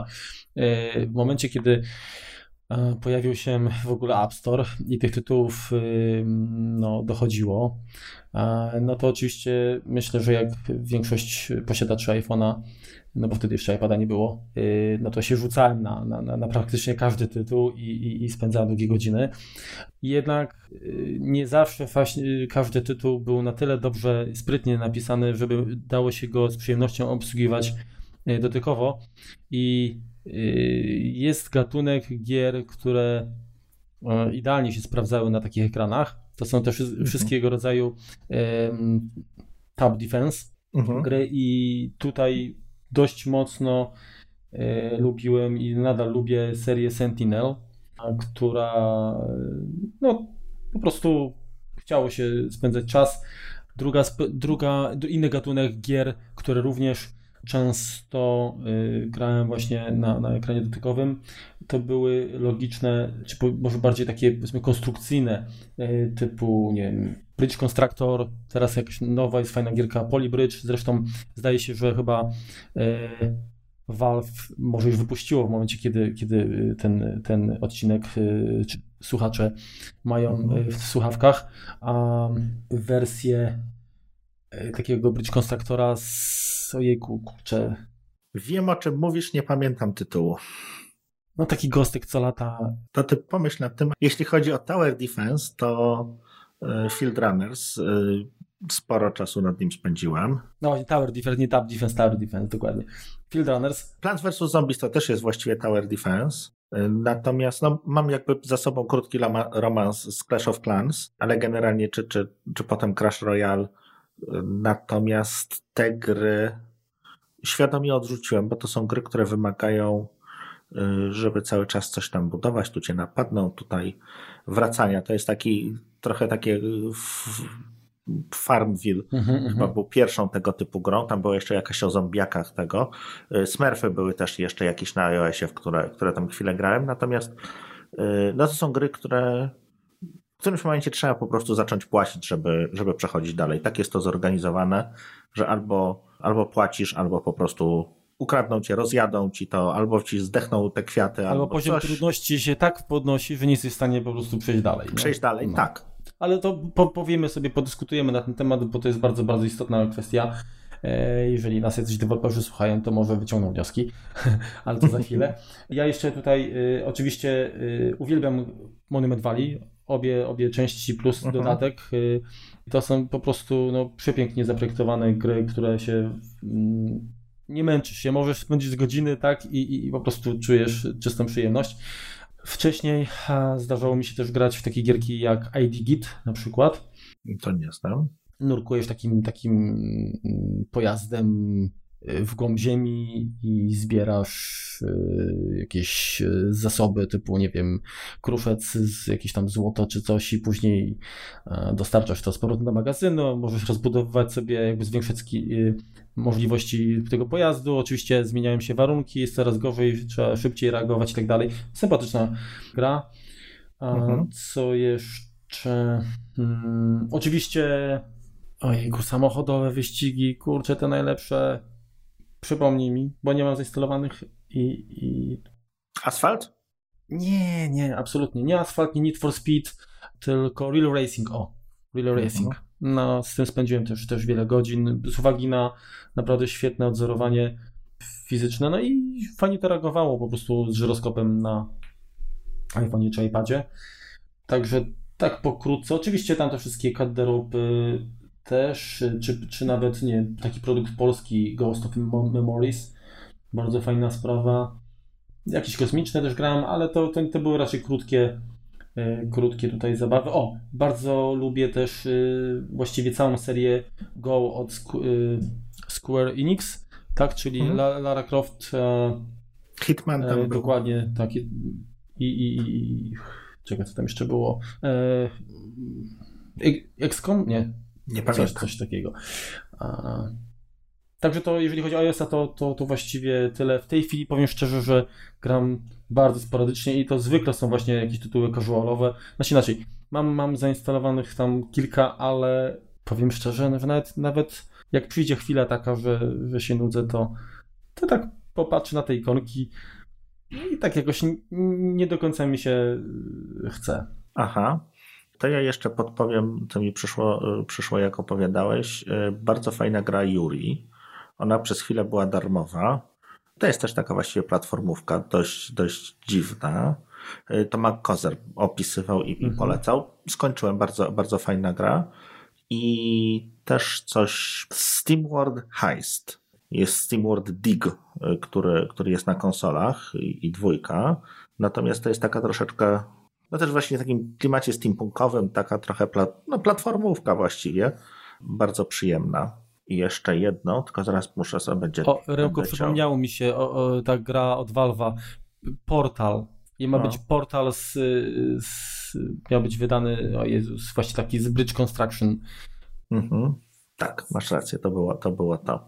W momencie, kiedy pojawił się w ogóle App Store i tych tytułów no, dochodziło, no to oczywiście myślę, że jak większość posiadaczy iPhone'a, no bo wtedy jeszcze iPada nie było, no to się rzucałem na, na, na praktycznie każdy tytuł i, i, i spędzałem długie godziny. Jednak nie zawsze właśnie każdy tytuł był na tyle dobrze, sprytnie napisany, żeby dało się go z przyjemnością obsługiwać dotykowo i jest gatunek gier, które idealnie się sprawdzały na takich ekranach. To są też mhm. wszystkiego rodzaju um, tab defense mhm. gry i tutaj dość mocno e, lubiłem i nadal lubię serię Sentinel, która no po prostu chciało się spędzać czas. Druga, druga inny gatunek gier, które również często y, grałem właśnie na, na ekranie dotykowym, to były logiczne, czy po, może bardziej takie powiedzmy konstrukcyjne, y, typu nie wiem, Bridge Constructor, teraz jakaś nowa jest fajna gierka Polybridge, zresztą zdaje się, że chyba y, Valve może już wypuściło w momencie, kiedy, kiedy ten, ten odcinek y, czy słuchacze mają y, w słuchawkach, a wersję y, takiego Bridge Constructora z ojejku, kurczę. Wiem, o czym mówisz, nie pamiętam tytułu. No taki gostek co lata. To ty pomyśl nad tym. Jeśli chodzi o Tower Defense, to Field Runners, sporo czasu nad nim spędziłem. No, Tower Defense, nie Tab Defense, Tower Defense, dokładnie. Field Runners. Plants versus. Zombies to też jest właściwie Tower Defense. Natomiast no, mam jakby za sobą krótki romans z Clash of Clans, ale generalnie czy, czy, czy potem Clash Royale. Natomiast te gry świadomie odrzuciłem, bo to są gry, które wymagają, żeby cały czas coś tam budować, tu cię napadną, tutaj wracania. To jest taki trochę takie Farmville, mm-hmm, chyba był pierwszą tego typu grą, tam było jeszcze jakaś o zombiakach tego. Smurfy były też jeszcze jakieś na iOSie, w które, które tam chwilę grałem, natomiast no to są gry, które w którymś momencie trzeba po prostu zacząć płacić, żeby, żeby przechodzić dalej. Tak jest to zorganizowane, że albo, albo płacisz, albo po prostu ukradną cię, rozjadą ci to, albo ci zdechną te kwiaty. Albo, albo poziom coś. trudności się tak podnosi, że nie jesteś w stanie po prostu przejść dalej. Nie? Przejść dalej, no. Tak. Ale to po, powiemy sobie, podyskutujemy na ten temat, bo to jest bardzo, bardzo istotna kwestia. Jeżeli nas jacyś deweloperzy słuchają, to może wyciągną wnioski, ale to za chwilę. Ja jeszcze tutaj y, oczywiście y, uwielbiam Monument Valley, obie, obie części plus uh-huh. dodatek. Y, to są po prostu no, przepięknie zaprojektowane gry, które się y, nie męczysz się, możesz spędzić godziny tak i, i, i po prostu czujesz czystą przyjemność. Wcześniej ha, zdarzało mi się też grać w takie gierki jak I D Git na przykład. To nie znam. Nurkujesz takim, takim pojazdem w głąb ziemi i zbierasz jakieś zasoby typu, nie wiem, kruszec, jakieś tam złoto czy coś i później dostarczasz to z powrotem do magazynu, możesz rozbudowywać sobie, jakby zwiększać możliwości tego pojazdu. Oczywiście zmieniają się warunki, jest coraz gorzej, trzeba szybciej reagować i tak dalej. Sympatyczna gra. A mhm. Co jeszcze? Hmm, oczywiście ojejku, samochodowe wyścigi, kurczę, te najlepsze. Przypomnij mi, bo nie mam zainstalowanych i... i... Asphalt? Nie, nie, absolutnie. Nie Asphalt, nie Need for Speed, tylko Real Racing. O, Real Racing. Mhm. No, z tym spędziłem też, też wiele godzin, z uwagi na naprawdę świetne odzorowanie fizyczne, no i fajnie to reagowało po prostu z żyroskopem na iPhone'ie czy iPadzie. Także tak pokrótce. Oczywiście tam te wszystkie cut the rope też, czy, czy nawet nie, taki produkt polski Ghost of Memories, bardzo fajna sprawa. Jakieś kosmiczne też grałem, ale to, to, to były raczej krótkie krótkie tutaj zabawy. O, bardzo lubię też y, właściwie całą serię Go od Squ- y, Square Enix, tak, czyli mhm. La, Lara Croft e, Hitman tam e, dokładnie, tak i, i, i czekaj, co tam jeszcze było e, X COM? Nie, nie coś, pamiętam. coś takiego. A, także to jeżeli chodzi o iOS-a, to, to, to właściwie tyle. W tej chwili powiem szczerze, że gram bardzo sporadycznie i to zwykle są właśnie jakieś tytuły casualowe. Znaczy inaczej, mam, mam zainstalowanych tam kilka, ale powiem szczerze, że nawet, nawet jak przyjdzie chwila taka, że, że się nudzę, to, to tak popatrzę na te ikonki i tak jakoś nie do końca mi się chce. Aha. To ja jeszcze podpowiem, co mi przyszło, przyszło jak opowiadałeś. Bardzo fajna gra Yuri. Ona przez chwilę była darmowa. To jest też taka właściwie platformówka, dość, dość dziwna. To Mac Kozer opisywał i, mhm. i polecał. Skończyłem, bardzo, bardzo fajna gra. I też coś SteamWorld Heist. Jest SteamWorld Dig, który, który jest na konsolach i, i dwójka. Natomiast to jest taka troszeczkę, no też właśnie w takim klimacie steampunkowym, taka trochę plat, no platformówka właściwie. Bardzo przyjemna. I jeszcze jedno, tylko zaraz muszę sobie będzie... O, Remku, przypomniało mi się o, o, ta gra od Valve'a, Portal. I ma no. być Portal z, z... miał być wydany, o Jezus, właśnie taki z Bridge Construction. Mhm. Tak, masz rację, to było to. Było to.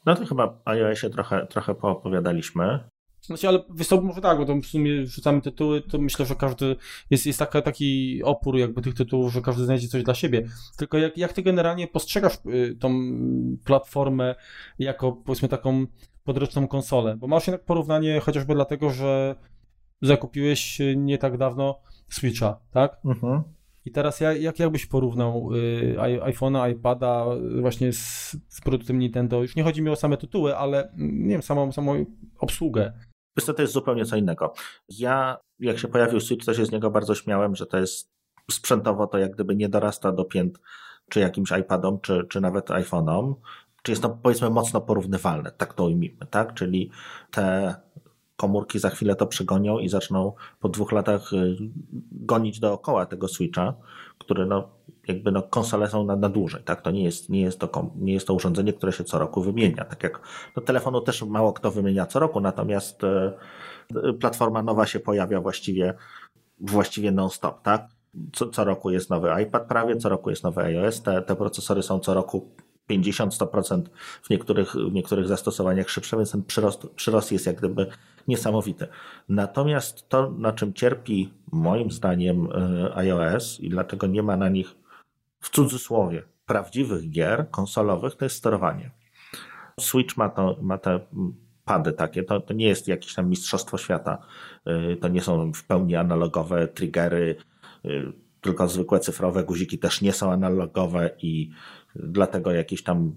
No to chyba o iOSie trochę, trochę poopowiadaliśmy. Znaczy, ale wiesz co, może tak, bo to w sumie rzucamy tytuły, to myślę, że każdy, jest, jest taka, taki opór jakby tych tytułów, że każdy znajdzie coś dla siebie. Tylko jak, jak ty generalnie postrzegasz y, tą platformę jako, powiedzmy, taką podręczną konsolę? Bo masz jednak porównanie chociażby dlatego, że zakupiłeś nie tak dawno Switcha, tak? Mhm. I teraz jak, jak jakbyś porównał y, iPhone'a, iPada właśnie z, z produktem Nintendo? Już nie chodzi mi o same tytuły, ale nie wiem, samą, samą obsługę. Wiesz co, to jest zupełnie co innego. Ja, jak się pojawił Switch, to się z niego bardzo śmiałem, że to jest sprzętowo to jak gdyby nie dorasta do pięt czy jakimś iPadom, czy, czy nawet iPhone'om, czy jest to powiedzmy mocno porównywalne, tak to ujmijmy, tak? Czyli te komórki za chwilę to przegonią i zaczną po dwóch latach gonić dookoła tego Switcha, który no jakby no konsole są na, na dłużej, tak? To nie jest, nie jest to, nie jest to urządzenie, które się co roku wymienia, tak jak no telefonu też mało kto wymienia co roku, natomiast e, platforma nowa się pojawia właściwie, właściwie non-stop, tak? Co, co roku jest nowy iPad prawie, co roku jest nowy iOS, te, te procesory są co roku pięćdziesiąt do stu procent w niektórych, w niektórych zastosowaniach szybsze, więc ten przyrost, przyrost jest jak gdyby niesamowity. Natomiast to, na czym cierpi moim zdaniem iOS i dlaczego nie ma na nich w cudzysłowie prawdziwych gier konsolowych, to jest sterowanie. Switch ma, to, ma te pady takie, to, to nie jest jakieś tam mistrzostwo świata. To nie są w pełni analogowe triggery, tylko zwykłe cyfrowe guziki też nie są analogowe i dlatego jakieś tam,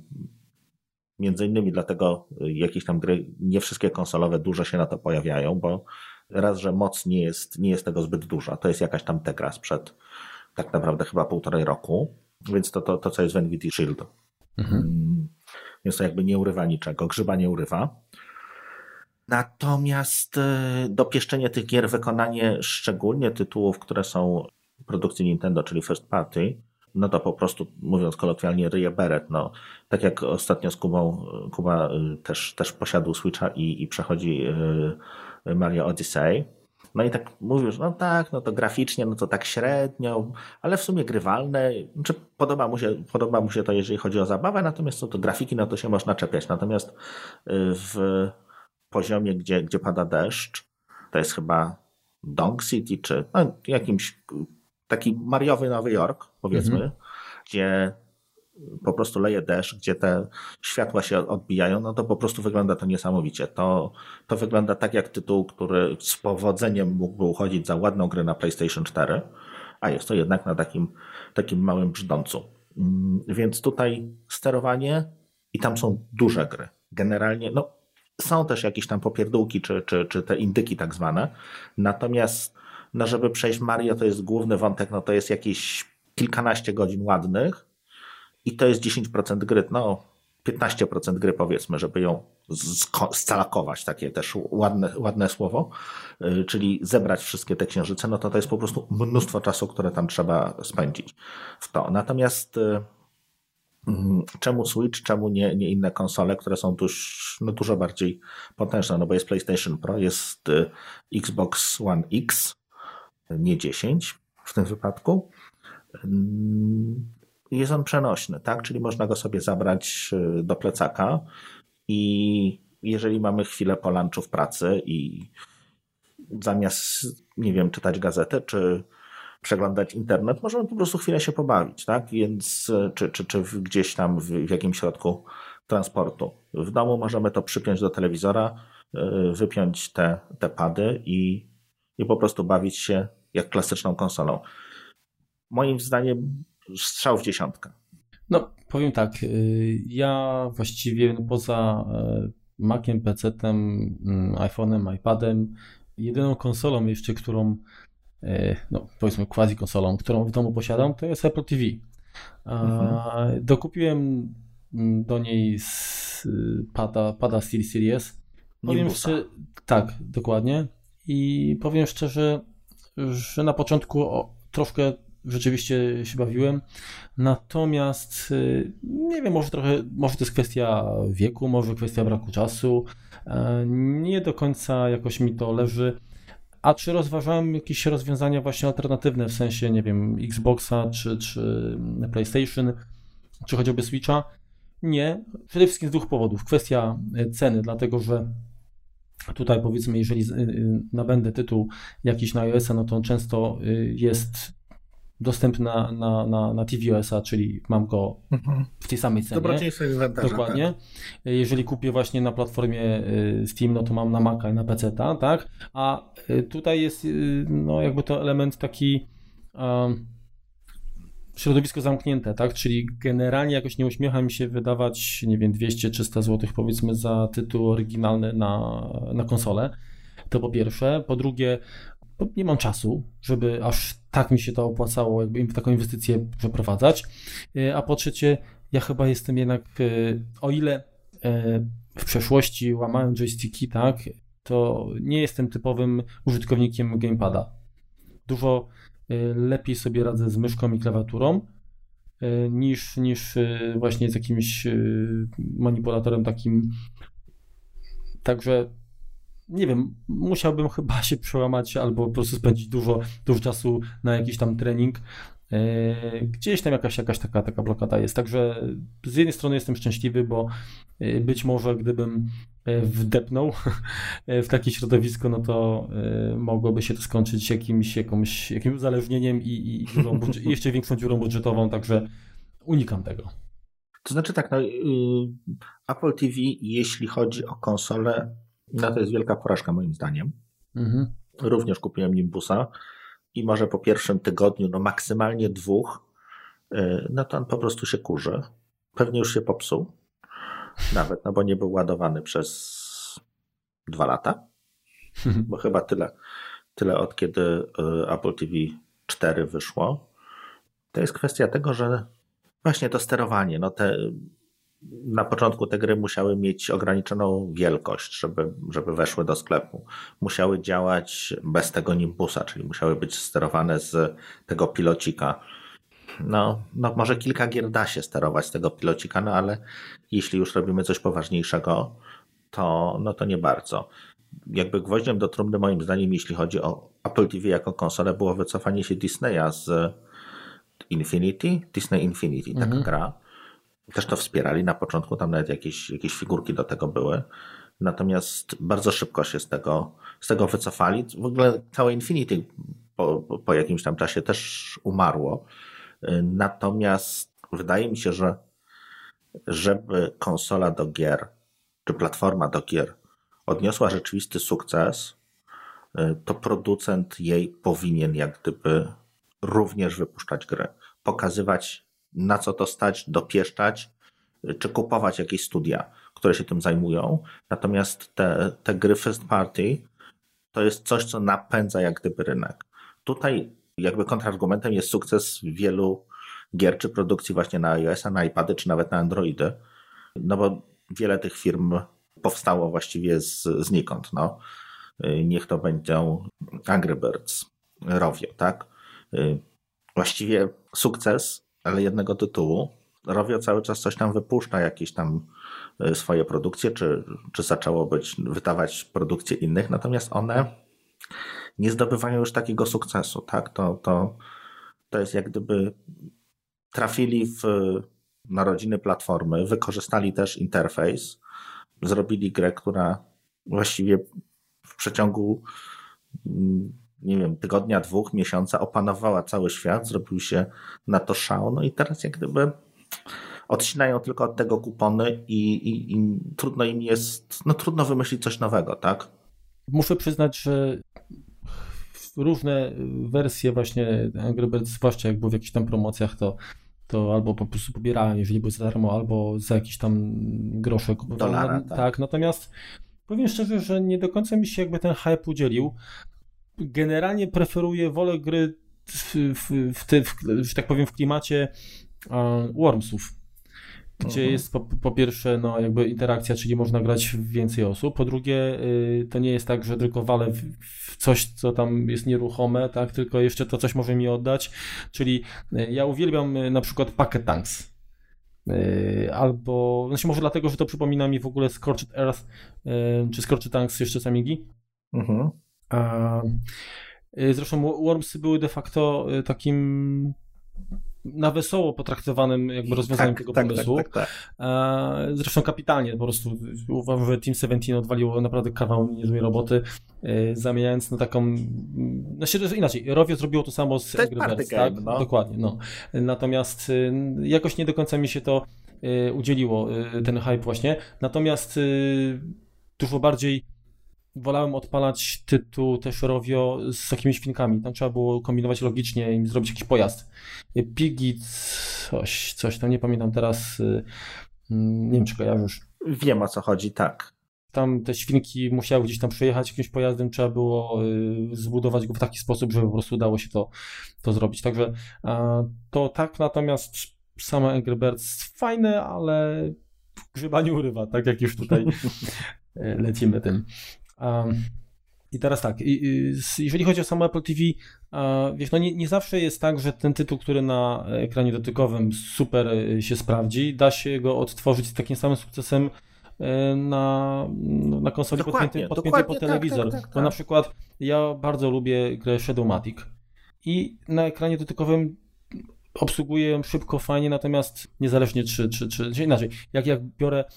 między innymi dlatego jakieś tam gry, nie wszystkie konsolowe dużo się na to pojawiają, bo raz, że moc nie jest, nie jest tego zbyt duża, to jest jakaś tam tegra sprzed tak naprawdę chyba półtorej roku, więc to, to, to co jest w Nvidia Shield. Mhm. Więc to jakby nie urywa niczego, grzyba nie urywa. Natomiast dopieszczenie tych gier, wykonanie szczególnie tytułów, które są produkcji Nintendo, czyli first party, no to po prostu, mówiąc kolokwialnie, ryje beret. No, tak jak ostatnio z Kubą, Kuba też, też posiadł Switcha i, i przechodzi Mario Odyssey. No i tak mówił, że no tak, no to graficznie, no to tak średnio, ale w sumie grywalne. Znaczy, podoba mu się, podoba mu się to, jeżeli chodzi o zabawę, natomiast co to grafiki, no to się można czepiać. Natomiast w poziomie, gdzie, gdzie pada deszcz, to jest chyba Dong City, czy no, jakimś taki mariowy Nowy Jork, powiedzmy, mhm. gdzie po prostu leje deszcz, gdzie te światła się odbijają, no to po prostu wygląda to niesamowicie. To, to wygląda tak jak tytuł, który z powodzeniem mógłby uchodzić za ładną grę na PlayStation cztery, a jest to jednak na takim, takim małym brzdącu. Więc tutaj sterowanie i tam są duże gry. Generalnie, no są też jakieś tam popierdółki, czy, czy, czy te indyki tak zwane, natomiast no żeby przejść Mario, to jest główny wątek, no to jest jakieś kilkanaście godzin ładnych i to jest dziesięć procent gry, no piętnaście procent gry powiedzmy, żeby ją scalakować, takie też ładne, ładne słowo, czyli zebrać wszystkie te księżyce, no to to jest po prostu mnóstwo czasu, które tam trzeba spędzić w to. Natomiast czemu Switch, czemu nie, nie inne konsole, które są tuż, no dużo bardziej potężne, no bo jest PlayStation Pro, jest Xbox One X, nie dziesięć w tym wypadku. Jest on przenośny, tak? Czyli można go sobie zabrać do plecaka i jeżeli mamy chwilę po lunchu w pracy i zamiast, nie wiem, czytać gazetę, czy przeglądać internet, możemy po prostu chwilę się pobawić, tak? Więc, czy, czy, czy gdzieś tam w, w jakimś środku transportu. W domu możemy to przypiąć do telewizora, wypiąć te, te pady i, i po prostu bawić się jak klasyczną konsolą. Moim zdaniem strzał w dziesiątkę. No, powiem tak, ja właściwie no, poza Maciem, pecetem, iPhone'em, iPadem, jedyną konsolą jeszcze, którą no powiedzmy quasi konsolą, którą w domu posiadam, to jest Apple T V. Mhm. Dokupiłem do niej z pada, pada SteelSeries. Powiem szczerze, tak, dokładnie. I powiem szczerze, że na początku o, troszkę rzeczywiście się bawiłem, natomiast nie wiem, może trochę, może to jest kwestia wieku, może kwestia braku czasu. Nie do końca jakoś mi to leży. A czy rozważałem jakieś rozwiązania właśnie alternatywne, w sensie, nie wiem, Xboxa, czy, czy PlayStation, czy chociażby Switcha? Nie, przede wszystkim z dwóch powodów. Kwestia ceny, dlatego że tutaj powiedzmy, jeżeli nabędę tytuł jakiś na iOS-a, no to on często jest dostępny na, na, na, na tvOS-a, czyli mam go w tej samej cenie. Dobrodziejstwo jest inwentarza. Dokładnie. Tak. Jeżeli kupię właśnie na platformie Steam, no to mam na Maca i na peceta, tak? A tutaj jest no jakby to element taki um, środowisko zamknięte, tak? Czyli generalnie jakoś nie uśmiecha mi się wydawać, nie wiem, dwieście trzysta złotych powiedzmy za tytuł oryginalny na, na konsolę. To po pierwsze. Po drugie, nie mam czasu, żeby aż tak mi się to opłacało, jakby taką inwestycję przeprowadzać. A po trzecie, ja chyba jestem jednak, o ile w przeszłości łamałem joysticki, tak, to nie jestem typowym użytkownikiem gamepada. Dużo lepiej sobie radzę z myszką i klawiaturą niż, niż właśnie z jakimś manipulatorem takim. Także nie wiem, musiałbym chyba się przełamać albo po prostu spędzić dużo, dużo czasu na jakiś tam trening. Gdzieś tam jakaś, jakaś taka, taka blokada jest. Także z jednej strony jestem szczęśliwy, bo być może gdybym wdepnął w takie środowisko, no to mogłoby się to skończyć jakimś, jakimś, jakimś uzależnieniem i, i dziurą budż- jeszcze większą dziurą budżetową, także unikam tego. To znaczy tak, no, Apple T V, jeśli chodzi o konsolę, no to jest wielka porażka moim zdaniem. Mhm. Również kupiłem Nimbusa i może po pierwszym tygodniu, no maksymalnie dwóch, no to on po prostu się kurzy. Pewnie już się popsuł. Nawet, no bo nie był ładowany przez dwa lata. Bo chyba tyle, tyle od kiedy Apple T V cztery wyszło. To jest kwestia tego, że właśnie to sterowanie, no te na początku te gry musiały mieć ograniczoną wielkość, żeby, żeby weszły do sklepu. Musiały działać bez tego Nimbusa, czyli musiały być sterowane z tego pilocika. No, no może kilka gier da się sterować z tego pilocika, no ale jeśli już robimy coś poważniejszego, to, no to nie bardzo. Jakby gwoździem do trumny moim zdaniem, jeśli chodzi o Apple T V jako konsolę, było wycofanie się Disneya z Infinity, Disney Infinity, taka mhm. gra. Też to wspierali na początku, tam nawet jakieś, jakieś figurki do tego były. Natomiast bardzo szybko się z tego, z tego wycofali. W ogóle całe Infinity po, po jakimś tam czasie też umarło. Natomiast wydaje mi się, że żeby konsola do gier, czy platforma do gier odniosła rzeczywisty sukces, to producent jej powinien jak gdyby również wypuszczać gry. Pokazywać, na co to stać, dopieszczać, czy kupować jakieś studia, które się tym zajmują. Natomiast te, te gry first party to jest coś, co napędza jak gdyby rynek. Tutaj jakby kontrargumentem jest sukces wielu gier czy produkcji właśnie na iOS-a, na iPady, czy nawet na Androidy. No bo wiele tych firm powstało właściwie z, znikąd. No. Niech to będą Angry Birds, Rovio, tak? Właściwie sukces, ale jednego tytułu. Rovio cały czas coś tam wypuszcza, jakieś tam swoje produkcje, czy, czy zaczęło być, wydawać produkcje innych, natomiast one nie zdobywają już takiego sukcesu, tak? To, to, to jest jak gdyby trafili w narodziny platformy, wykorzystali też interfejs, zrobili grę, która właściwie w przeciągu nie wiem, tygodnia, dwóch, miesiąca opanowała cały świat, zrobił się na to szał, no i teraz jak gdyby odcinają tylko od tego kupony i, i, i trudno im jest, no trudno wymyślić coś nowego, tak? Muszę przyznać, że różne wersje właśnie Angry Birds, zwłaszcza jak było w jakichś tam promocjach, to, to albo po prostu pobierałem, jeżeli były za darmo, albo za jakieś tam grosze kupowałem. Dolara, tak. tak, natomiast powiem szczerze, że nie do końca mi się jakby ten hype udzielił. Generalnie preferuję, wolę gry w, w, w, te, w, że tak powiem w klimacie uh, Wormsów, gdzie uh-huh. jest po, po pierwsze no, jakby interakcja, czyli można grać w więcej osób, po drugie y, to nie jest tak, że tylko walę w, w coś, co tam jest nieruchome, tak, tylko jeszcze to coś może mi oddać, czyli y, ja uwielbiam y, na przykład Pocket Tanks. Yy, albo, znaczy może dlatego, że to przypomina mi w ogóle Scorched Earth, yy, czy Scorched Tanks jeszcze z Amigi. Mhm. Yy, zresztą Wormsy były de facto takim na wesoło potraktowanym jakby rozwiązaniem tak, tego tak, pomysłu. Tak, tak, tak. Zresztą kapitalnie po prostu uważam, że Team siedemnaście odwaliło naprawdę kawał niezłej roboty, zamieniając na taką, znaczy inaczej, Rovio zrobiło to samo z Angry Birds, tak? No. Dokładnie, no. Natomiast jakoś nie do końca mi się to udzieliło, ten hype właśnie. Natomiast dużo bardziej wolałem odpalać tytuł też Rovio z jakimiś świnkami. Tam trzeba było kombinować logicznie i zrobić jakiś pojazd. Piggy, coś, coś tam, nie pamiętam teraz, nie wiem czy kojarzysz. Wiem o co chodzi, tak. Tam te świnki musiały gdzieś tam przejechać jakimś pojazdem, trzeba było zbudować go w taki sposób, żeby po prostu udało się to, to zrobić. Także to tak, natomiast same Angry Birds fajne, ale grzyba nie urywa, tak jak już tutaj lecimy tym. Um, I teraz tak, jeżeli chodzi o samo Apple T V, uh, wiesz, no nie, nie zawsze jest tak, że ten tytuł, który na ekranie dotykowym super się sprawdzi, da się go odtworzyć z takim samym sukcesem na, na konsoli podpiętej pod telewizor. Tak, tak, tak, tak. Bo na przykład ja bardzo lubię grę Shadowmatic i na ekranie dotykowym obsługuję ją szybko, fajnie, natomiast niezależnie czy, czy, czy, czy inaczej, jak, jak biorę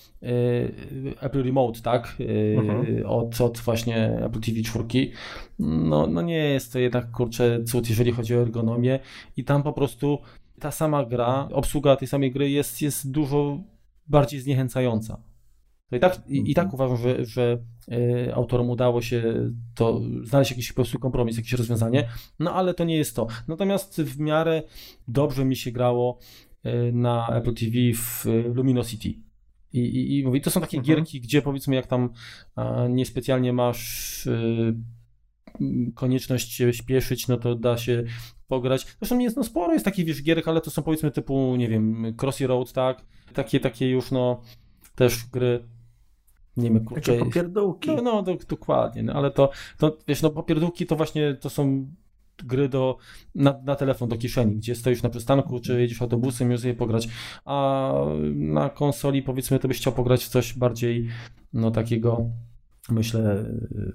y, Apple Remote, tak, y, mhm. od, od właśnie Apple T V cztery, no, no nie jest to jednak, kurczę, cud, jeżeli chodzi o ergonomię i tam po prostu ta sama gra, obsługa tej samej gry jest, jest dużo bardziej zniechęcająca. To i tak, i, i tak uważam, że, że y, autorom udało się to znaleźć jakiś po prostu kompromis, jakieś rozwiązanie, no ale to nie jest to. Natomiast w miarę dobrze mi się grało y, na Apple T V w y, Luminosity. I, i, i mówię, to są takie mhm. gierki, gdzie powiedzmy jak tam a, niespecjalnie masz y, konieczność się śpieszyć, no to da się pograć. Zresztą nie jest, no sporo jest takich wiesz, gierek, ale to są powiedzmy typu, nie wiem, Crossy Road, tak? Takie, takie już no też gry nie wiem, kurczę. Takie popierdółki. No, no do, dokładnie, no, ale to, to wiesz, no popierdółki to właśnie to są gry do, na, na telefon, do kieszeni, gdzie stoisz na przystanku, czy jedziesz autobusem, już je pograć, a na konsoli powiedzmy to byś chciał pograć w coś bardziej, no takiego, myślę,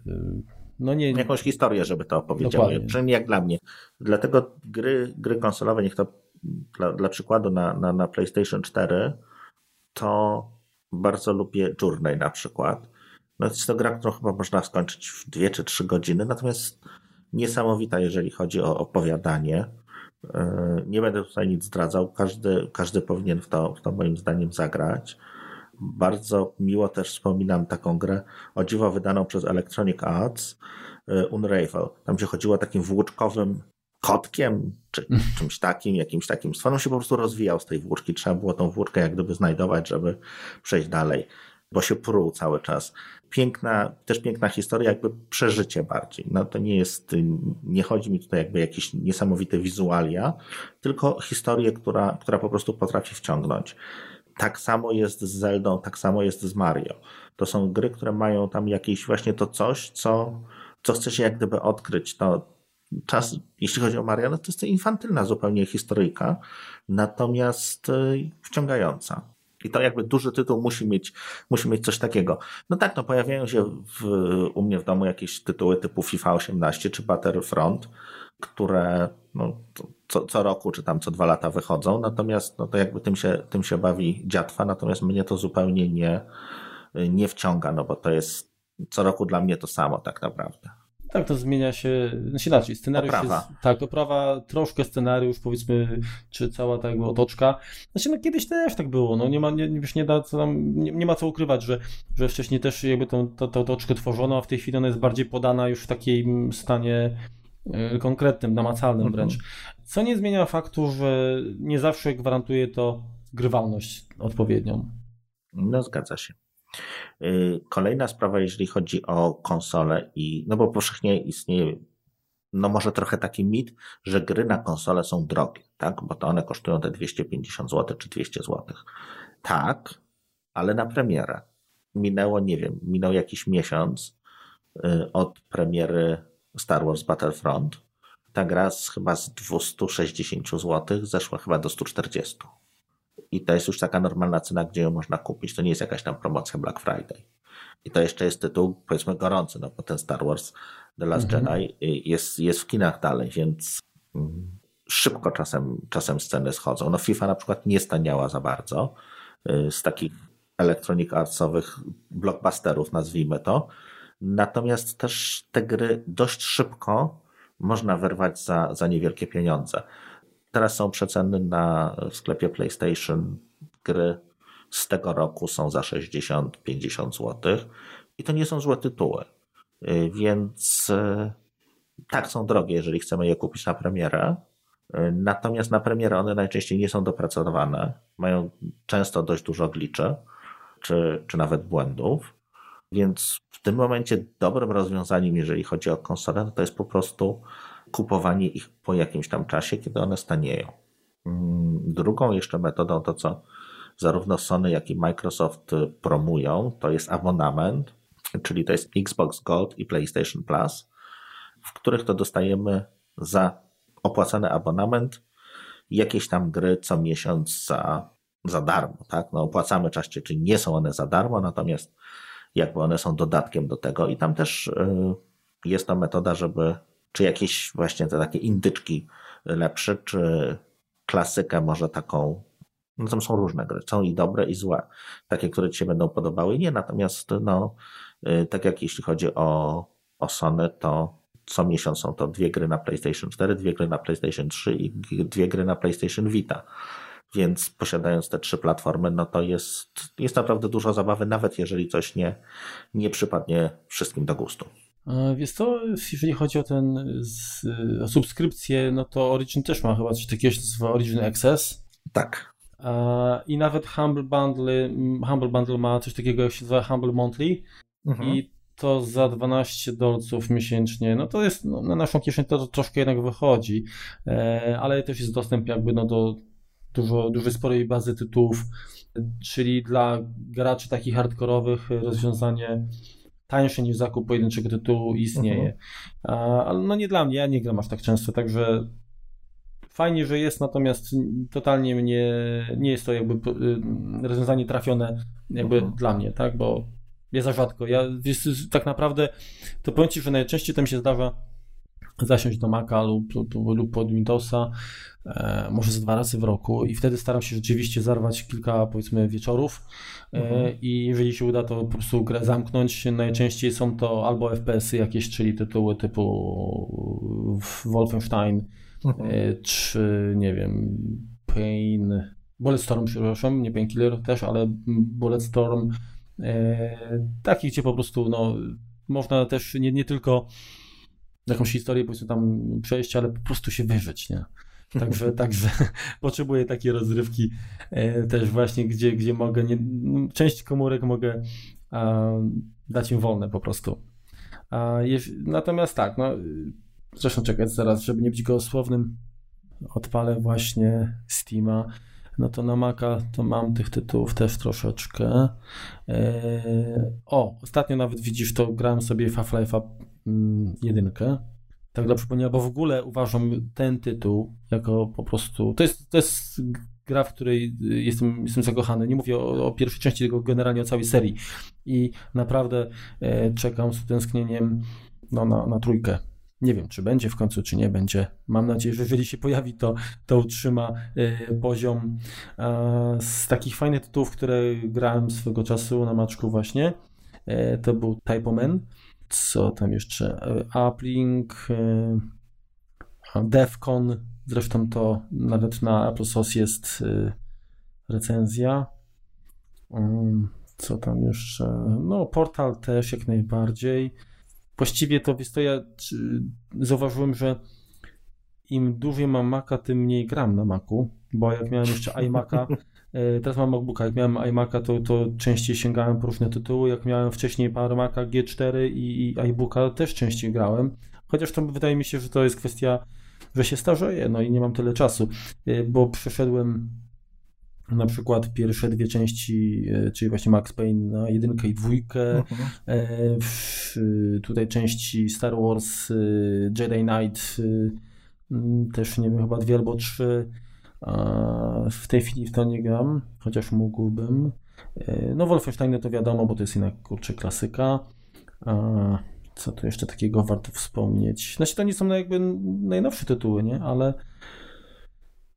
no nie... Jakąś historię, żeby to opowiedziało, przynajmniej jak dla mnie. Dlatego gry, gry konsolowe, niech to dla, dla przykładu na, na, na PlayStation cztery, to bardzo lubię Journey na przykład. No jest to gra, którą chyba można skończyć w dwie czy trzy godziny, natomiast niesamowita, jeżeli chodzi o opowiadanie. Nie będę tutaj nic zdradzał, każdy, każdy powinien w to, w to moim zdaniem zagrać. Bardzo miło też wspominam taką grę, o dziwo wydaną przez Electronic Arts, Unravel. Tam się chodziło takim włóczkowym kotkiem, czy czymś takim, jakimś takim stworem, się po prostu rozwijał z tej włóczki. Trzeba było tą włóczkę jak gdyby znajdować, żeby przejść dalej, bo się pruł cały czas. Piękna, też piękna historia, jakby przeżycie bardziej. No to nie jest, nie chodzi mi tutaj jakby jakieś niesamowite wizualia, tylko historię, która, która po prostu potrafi wciągnąć. Tak samo jest z Zeldą, tak samo jest z Mario. To są gry, które mają tam jakieś właśnie to coś, co, co chce się jak gdyby odkryć. To czas, jeśli chodzi o Mario, no to jest to infantylna zupełnie historyjka, natomiast wciągająca. I to jakby duży tytuł musi mieć, musi mieć coś takiego. No tak, no pojawiają się w, u mnie w domu jakieś tytuły typu FIFA osiemnaście czy Battlefront, które no, co, co roku czy tam co dwa lata wychodzą, natomiast no to jakby tym się, tym się bawi dziatwa, natomiast mnie to zupełnie nie, nie wciąga, no bo to jest co roku dla mnie to samo tak naprawdę. Tak, to zmienia się, znaczy inaczej, scenariusz oprawa. Jest, tak, oprawa, troszkę scenariusz, powiedzmy, czy cała ta jakby otoczka. Znaczy, no kiedyś też tak było, no nie ma, nie, już nie da co tam, nie, nie ma co ukrywać, że, że wcześniej też jakby tą, tą, tą otoczkę tworzono, a w tej chwili ona jest bardziej podana już w takim stanie y, konkretnym, namacalnym wręcz. Co nie zmienia faktu, że nie zawsze gwarantuje to grywalność odpowiednią. No zgadza się. Kolejna sprawa, jeżeli chodzi o konsolę i, no bo powszechnie istnieje, no może trochę taki mit, że gry na konsolę są drogie, tak, bo to one kosztują te dwieście pięćdziesiąt złotych czy dwieście złotych. Tak, ale na premierę. Minęło, nie wiem, minął jakiś miesiąc od premiery Star Wars Battlefront. Ta gra z, chyba z dwieście sześćdziesiąt złotych zeszła chyba do sto czterdzieści. I to jest już taka normalna cena, gdzie ją można kupić. To nie jest jakaś tam promocja Black Friday. I to jeszcze jest tytuł, powiedzmy, gorący, no bo ten Star Wars The Last mhm. Jedi jest, jest w kinach dalej, więc szybko czasem, czasem sceny schodzą. No FIFA na przykład nie staniała za bardzo z takich Electronic Artsowych blockbusterów, nazwijmy to. Natomiast też te gry dość szybko można wyrwać za, za niewielkie pieniądze. Teraz są przeceny na w sklepie PlayStation. Gry z tego roku są za sześćdziesiąt do pięćdziesięciu złotych i to nie są złe tytuły. Więc tak, są drogie, jeżeli chcemy je kupić na premierę. Natomiast na premierę one najczęściej nie są dopracowane. Mają często dość dużo glitchy, czy, czy nawet błędów. Więc w tym momencie dobrym rozwiązaniem, jeżeli chodzi o konsolę, to jest po prostu kupowanie ich po jakimś tam czasie, kiedy one stanieją. Drugą jeszcze metodą, to co zarówno Sony, jak i Microsoft promują, to jest abonament, czyli to jest Xbox Gold i PlayStation Plus, w których to dostajemy za opłacony abonament jakieś tam gry co miesiąc za, za darmo. Tak? No, opłacamy czasie, czyli nie są one za darmo, natomiast jakby one są dodatkiem do tego i tam też y, jest to metoda, żeby czy jakieś właśnie te takie indyczki lepsze, czy klasykę może taką, no tam są różne gry, są i dobre i złe, takie, które ci się będą podobały i nie, natomiast no y, tak jak jeśli chodzi o, o Sony, to co miesiąc są to dwie gry na PlayStation cztery, dwie gry na PlayStation trzy i dwie gry na PlayStation Vita. Więc posiadając te trzy platformy, no to jest, jest naprawdę dużo zabawy, nawet jeżeli coś nie, nie przypadnie wszystkim do gustu. Wiesz co, jeżeli chodzi o ten z, o subskrypcję, no to Origin też ma chyba coś takiego, co się nazywa Origin Access. Tak. I nawet Humble Bundle, Humble Bundle ma coś takiego, jak się nazywa Humble Monthly. Mhm. I to za dwanaście dolców miesięcznie, no to jest, no, na naszą kieszeń to, to troszkę jednak wychodzi, e, ale też jest dostęp jakby no do dużo, dużej sporej bazy tytułów, czyli dla graczy takich hardkorowych rozwiązanie tańsze niż zakup pojedynczego tytułu istnieje. Uh-huh. Ale no nie dla mnie, ja nie gram aż tak często, także fajnie, że jest, natomiast totalnie mnie, nie jest to jakby rozwiązanie trafione jakby uh-huh. dla mnie, tak, bo ja za rzadko, ja wiesz, tak naprawdę to powiem Ci, że najczęściej to mi się zdarza zasiąść do Maca lub, lub, lub pod Windowsa, e, może z dwa razy w roku i wtedy staram się rzeczywiście zarwać kilka, powiedzmy, wieczorów e, mhm. i jeżeli się uda, to po prostu grę zamknąć. Najczęściej są to albo F P S-y jakieś, czyli tytuły typu Wolfenstein, mhm. e, czy nie wiem, Pain, Bulletstorm, przepraszam, nie Painkiller też, ale Bulletstorm, e, takich, gdzie po prostu no, można też nie, nie tylko jakąś historię, powiedzmy tam przejść, ale po prostu się wyżyć, nie? Także, także potrzebuję takiej rozrywki e, też właśnie, gdzie, gdzie mogę, nie, część komórek mogę a, dać im wolne po prostu. A, jeż, natomiast tak, no zresztą czekać zaraz, żeby nie być gołosłownym, odpalę właśnie Steama, no to na Maca to mam tych tytułów też troszeczkę. E, o, ostatnio nawet widzisz, to grałem sobie w Half-Life'a jedynkę. Tak dla przypomnienia, bo w ogóle uważam ten tytuł jako po prostu, to jest, to jest gra, w której jestem, jestem zakochany. Nie mówię o, o pierwszej części, tylko generalnie o całej serii. I naprawdę e, czekam z utęsknieniem no, na, na trójkę. Nie wiem, czy będzie w końcu, czy nie będzie. Mam nadzieję, że jeżeli się pojawi, to, to utrzyma e, poziom. E, z takich fajnych tytułów, które grałem swego czasu na Maczku właśnie, e, to był Typo Man. Co tam jeszcze? Uplink, Defcon, zresztą to nawet na Apple Sauce jest recenzja. Co tam jeszcze? No, Portal też jak najbardziej. Właściwie to, wiesz, to ja zauważyłem, że im dłużej mam Maca, tym mniej gram na Macu, bo jak miałem jeszcze iMaca, teraz mam MacBooka, jak miałem iMaca, to, to częściej sięgałem po różne tytuły, jak miałem wcześniej parę Maca G cztery i, i iBooka, też częściej grałem, chociaż to wydaje mi się, że to jest kwestia, że się starzeję, no i nie mam tyle czasu, bo przeszedłem na przykład pierwsze dwie części, czyli właśnie Max Payne na jedynkę i dwójkę, mhm. tutaj części Star Wars, Jedi Knight, też nie wiem, chyba dwie albo trzy. W tej chwili w to nie gram, chociaż mógłbym. No Wolfenstein to wiadomo, bo to jest jednak kurczę klasyka. Co tu jeszcze takiego warto wspomnieć? Znaczy to nie są jakby najnowsze tytuły, nie? Ale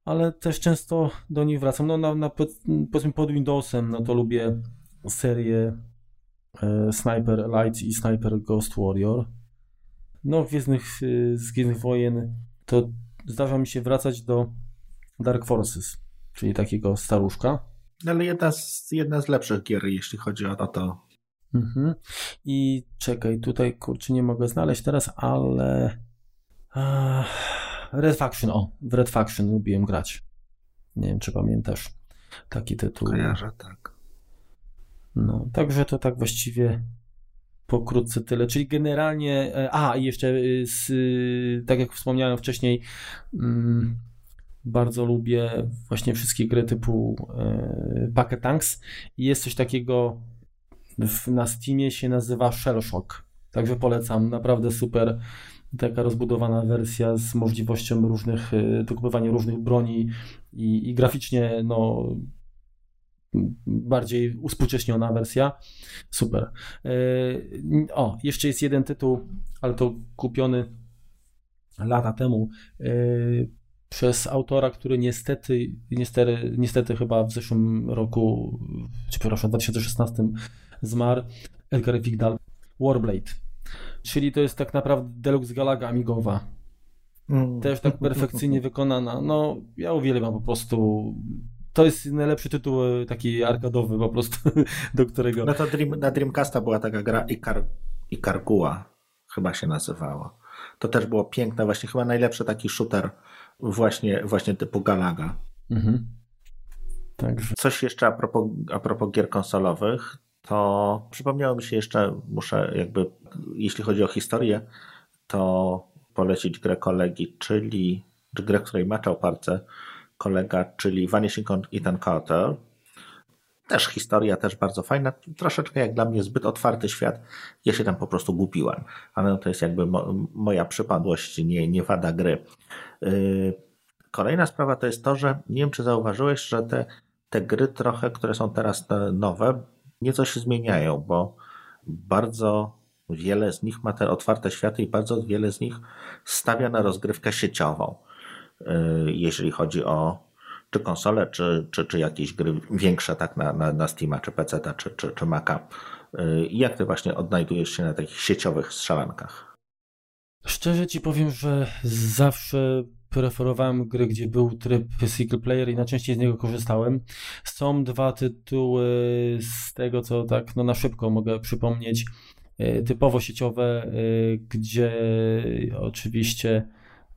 ale też często do nich wracam. No na, na powiedzmy pod Windowsem, no to lubię serię e, Sniper Elite i Sniper Ghost Warrior. No Gwiezdnych, z Gwiezdnych Wojen to zdarza mi się wracać do Dark Forces, czyli takiego staruszka. Ale jedna z, jedna z lepszych gier, jeśli chodzi o to. Mhm. I czekaj, tutaj kurczę nie mogę znaleźć teraz, ale uh, Red Faction, o, w Red Faction lubiłem grać. Nie wiem, czy pamiętasz taki tytuł. Kojarzę, tak. No, także to tak właściwie pokrótce tyle, czyli generalnie, a i jeszcze z, tak jak wspomniałem wcześniej, mm, bardzo lubię właśnie wszystkie gry typu e, Pocket Tanks i jest coś takiego w, na Steamie się nazywa Shell Shock, także polecam, naprawdę super, taka rozbudowana wersja z możliwością różnych, dokupywania różnych broni i, i graficznie no bardziej uspółcześniona wersja. Super. Yy, o, jeszcze jest jeden tytuł, ale to kupiony lata temu yy, przez autora, który niestety, niestety, niestety chyba w zeszłym roku, czy przepraszam, w dwa tysiące szesnastym zmarł, Edgar Vigdal, Warblade. Czyli to jest tak naprawdę Deluxe Galaga amigowa. Mm. Też tak perfekcyjnie wykonana. No, ja uwielbiam po prostu. To jest najlepszy tytuł taki arkadowy po prostu, do którego... No to Dream, na Dreamcasta była taka gra Ikar, Ikargua, chyba się nazywało. To też było piękne, właśnie chyba najlepszy taki shooter właśnie, właśnie typu Galaga. Mhm. Także. Coś jeszcze a propos, a propos gier konsolowych, to przypomniało mi się jeszcze, muszę jakby, jeśli chodzi o historię, to polecić grę kolegi, czyli grę, której maczał palce kolega, czyli Vanishing on Ethan Carter. Też historia, też bardzo fajna. Troszeczkę jak dla mnie zbyt otwarty świat. Ja się tam po prostu gubiłem. Ale to jest jakby mo- moja przypadłość, nie, nie wada gry. Yy, kolejna sprawa to jest to, że nie wiem, czy zauważyłeś, że te, te gry trochę, które są teraz nowe, nieco się zmieniają, bo bardzo wiele z nich ma te otwarte światy i bardzo wiele z nich stawia na rozgrywkę sieciową. Jeżeli chodzi o czy konsole, czy, czy, czy jakieś gry większe tak na, na, na Steama, czy Peceta, czy, czy, czy Maca. Jak ty właśnie odnajdujesz się na takich sieciowych strzelankach? Szczerze ci powiem, że zawsze preferowałem gry, gdzie był tryb single player i najczęściej z niego korzystałem. Są dwa tytuły z tego, co tak no na szybko mogę przypomnieć, typowo sieciowe, gdzie oczywiście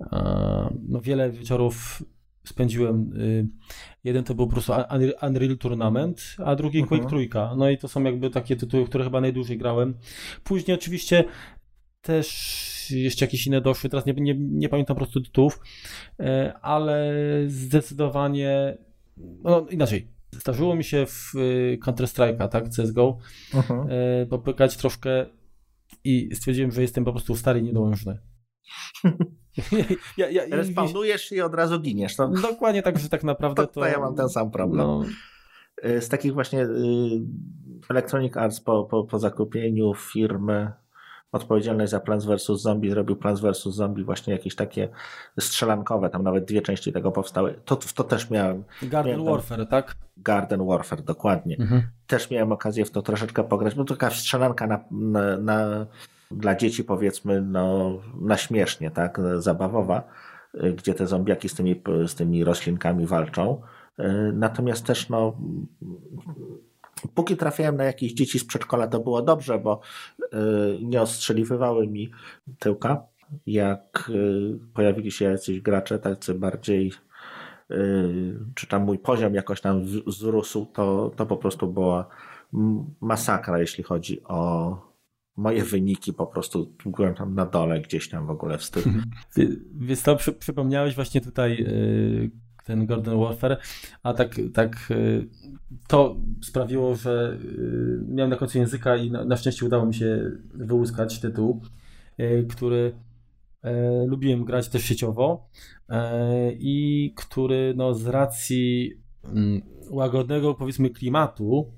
no wiele wieczorów spędziłem. Jeden to był po prostu Unreal Tournament, a drugi Quake uh-huh. trójka. No i to są jakby takie tytuły, które chyba najdłużej grałem. Później oczywiście też jeszcze jakieś inne doszły, teraz nie, nie, nie pamiętam po prostu tytułów, ale zdecydowanie no inaczej. Zdarzyło mi się w Counter-Strike'a, tak, C S G O, uh-huh. popykać troszkę i stwierdziłem, że jestem po prostu stary i niedołężny. ja, ja, ja, Respawnujesz i od razu giniesz. To... Dokładnie tak, że tak naprawdę to... to... To ja mam ten sam problem. No... Z takich właśnie Electronic Arts po, po, po zakupieniu firmy odpowiedzialnej za Plants versus. Zombie zrobił Plants versus. Zombie właśnie jakieś takie strzelankowe, tam nawet dwie części tego powstały. To, to też miałem... Garden miałem Warfare, tak? Garden Warfare, dokładnie. Mhm. Też miałem okazję w to troszeczkę pograć, bo to taka strzelanka na... na, na dla dzieci powiedzmy no, na śmiesznie, tak, zabawowa, gdzie te zombiaki z tymi, z tymi roślinkami walczą. Natomiast też no, póki trafiałem na jakieś dzieci z przedszkola, to było dobrze, bo nie ostrzeliwywały mi tyłka. Jak pojawili się jacyś gracze, tacy bardziej, czy tam mój poziom jakoś tam wzrósł, to, to po prostu była masakra, jeśli chodzi o moje wyniki, po prostu byłem tam na dole, gdzieś tam w ogóle wstyd. Więc to przy, przypomniałeś właśnie tutaj yy, ten Garden Warfare, a tak, tak yy, to sprawiło, że yy, miałem na końcu języka i na, na szczęście udało mi się wyłuskać tytuł, yy, który yy, lubiłem grać też sieciowo yy, i który no, z racji yy, łagodnego powiedzmy klimatu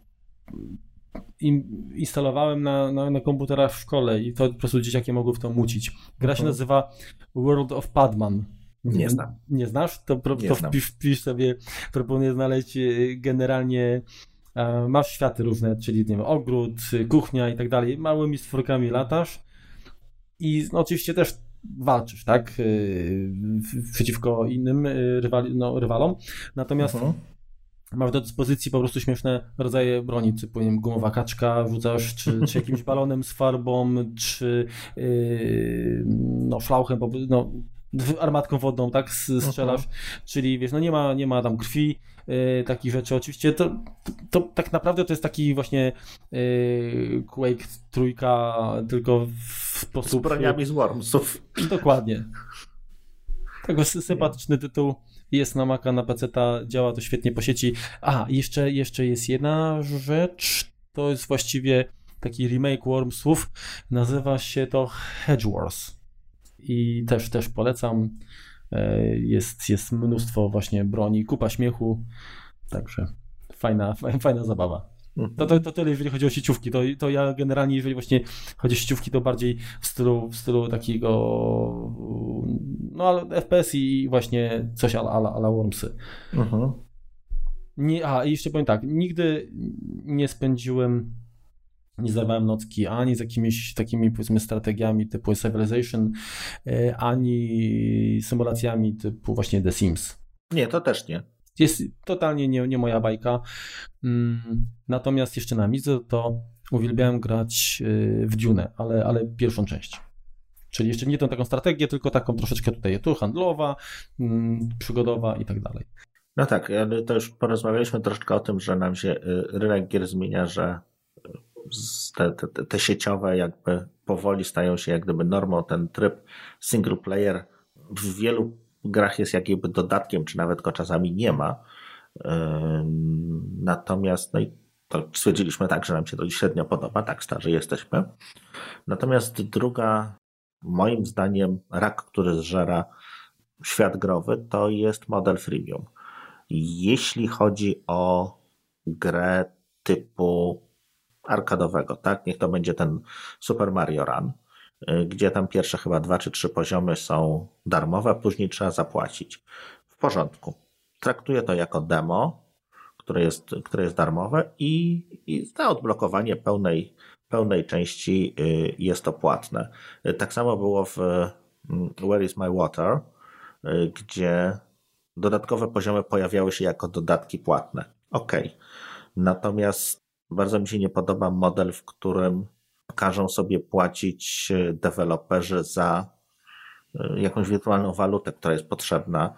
instalowałem na, na, na komputerach w szkole i to po prostu dzieciaki mogły w to mucić. Gra się nazywa World of Padman. Nie znam. Nie znasz? To, pro, Nie to znam. wpisz, wpisz sobie, proponuję znaleźć generalnie, e, masz światy różne, czyli nie wiem, ogród, kuchnia i tak dalej, małymi stworkami latasz i no, oczywiście też walczysz, tak, yy, przeciwko innym yy, rywali, no, rywalom, natomiast uh-huh. masz do dyspozycji po prostu śmieszne rodzaje broni, typu nie wiem, gumowa kaczka rzucasz, czy, czy jakimś balonem z farbą, czy yy, no szlauchem, no, armatką wodną, tak, strzelasz, uh-huh. czyli wiesz, no nie ma, nie ma tam krwi, yy, takich rzeczy. Oczywiście to, to, to tak naprawdę to jest taki właśnie yy, Quake trójka, tylko w sposób... Z broniami z Wormsów. Dokładnie. Tego sympatyczny tytuł jest na Maca, na peceta, działa to świetnie po sieci. A, jeszcze, jeszcze jest jedna rzecz, to jest właściwie taki remake Wormsów, nazywa się to Hedge Wars. I też, też polecam. Jest, jest mnóstwo właśnie broni, kupa śmiechu, także fajna, fajna zabawa. To, to, to tyle, jeżeli chodzi o sieciówki. To, to ja generalnie, jeżeli właśnie chodzi o sieciówki, to bardziej w stylu, w stylu takiego no ale F P S i właśnie coś ala, ala, ala Wormsy. Uh-huh. Nie, a i jeszcze powiem tak, nigdy nie spędziłem, nie zdawałem nocki ani z jakimiś takimi powiedzmy strategiami typu Civilization, ani symulacjami typu właśnie The Sims. Nie, to też nie. Jest totalnie nie, nie moja bajka. Natomiast jeszcze na Midze to uwielbiałem grać w Dune, ale, ale pierwszą część. Czyli jeszcze nie tą taką strategię, tylko taką troszeczkę tutaj tu handlowa, przygodowa i tak dalej. No tak, ale to już porozmawialiśmy troszeczkę o tym, że nam się rynek gier zmienia, że te, te, te sieciowe jakby powoli stają się jak gdyby normą. Ten tryb single player w wielu grach jest jakby dodatkiem, czy nawet go czasami nie ma. Natomiast, no i to stwierdziliśmy tak, że nam się to średnio podoba, tak starzy jesteśmy. Natomiast druga, moim zdaniem, rak, który zżera świat growy, to jest model freemium. Jeśli chodzi o grę typu arkadowego, tak, niech to będzie ten Super Mario Run, gdzie tam pierwsze chyba dwa czy trzy poziomy są darmowe, a później trzeba zapłacić. W porządku. Traktuję to jako demo, które jest, które jest darmowe i, i za odblokowanie pełnej, pełnej części jest to płatne. Tak samo było w Where is my water, gdzie dodatkowe poziomy pojawiały się jako dodatki płatne. Okej. Okay. Natomiast bardzo mi się nie podoba model, w którym każą sobie płacić deweloperzy za jakąś wirtualną walutę, która jest potrzebna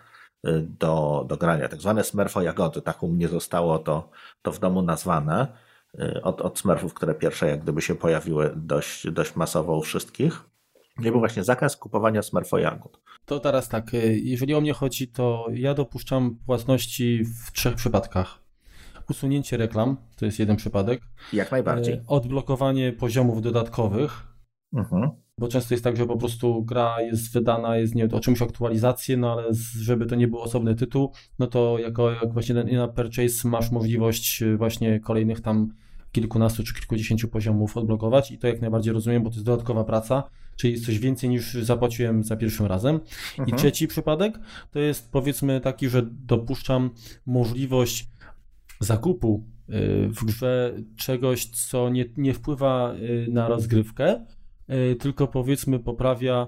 do, do grania. Tak zwane smurfo jagody, tak u mnie zostało to, to w domu nazwane, od, od smurfów, które pierwsze jak gdyby się pojawiły dość, dość masowo u wszystkich. I był właśnie zakaz kupowania smurfo jagód. To teraz tak, jeżeli o mnie chodzi, to ja dopuszczam płatności w trzech przypadkach. Usunięcie reklam, to jest jeden przypadek. Jak najbardziej. Odblokowanie poziomów dodatkowych, uh-huh. bo często jest tak, że po prostu gra jest wydana, jest nie o czymś aktualizację, no ale żeby to nie był osobny tytuł, no to jako jak właśnie na purchase masz możliwość właśnie kolejnych tam kilkunastu czy kilkudziesięciu poziomów odblokować i to jak najbardziej rozumiem, bo to jest dodatkowa praca, czyli jest coś więcej niż zapłaciłem za pierwszym razem. Uh-huh. I trzeci przypadek to jest powiedzmy taki, że dopuszczam możliwość zakupu w grze czegoś, co nie, nie wpływa na rozgrywkę, tylko powiedzmy poprawia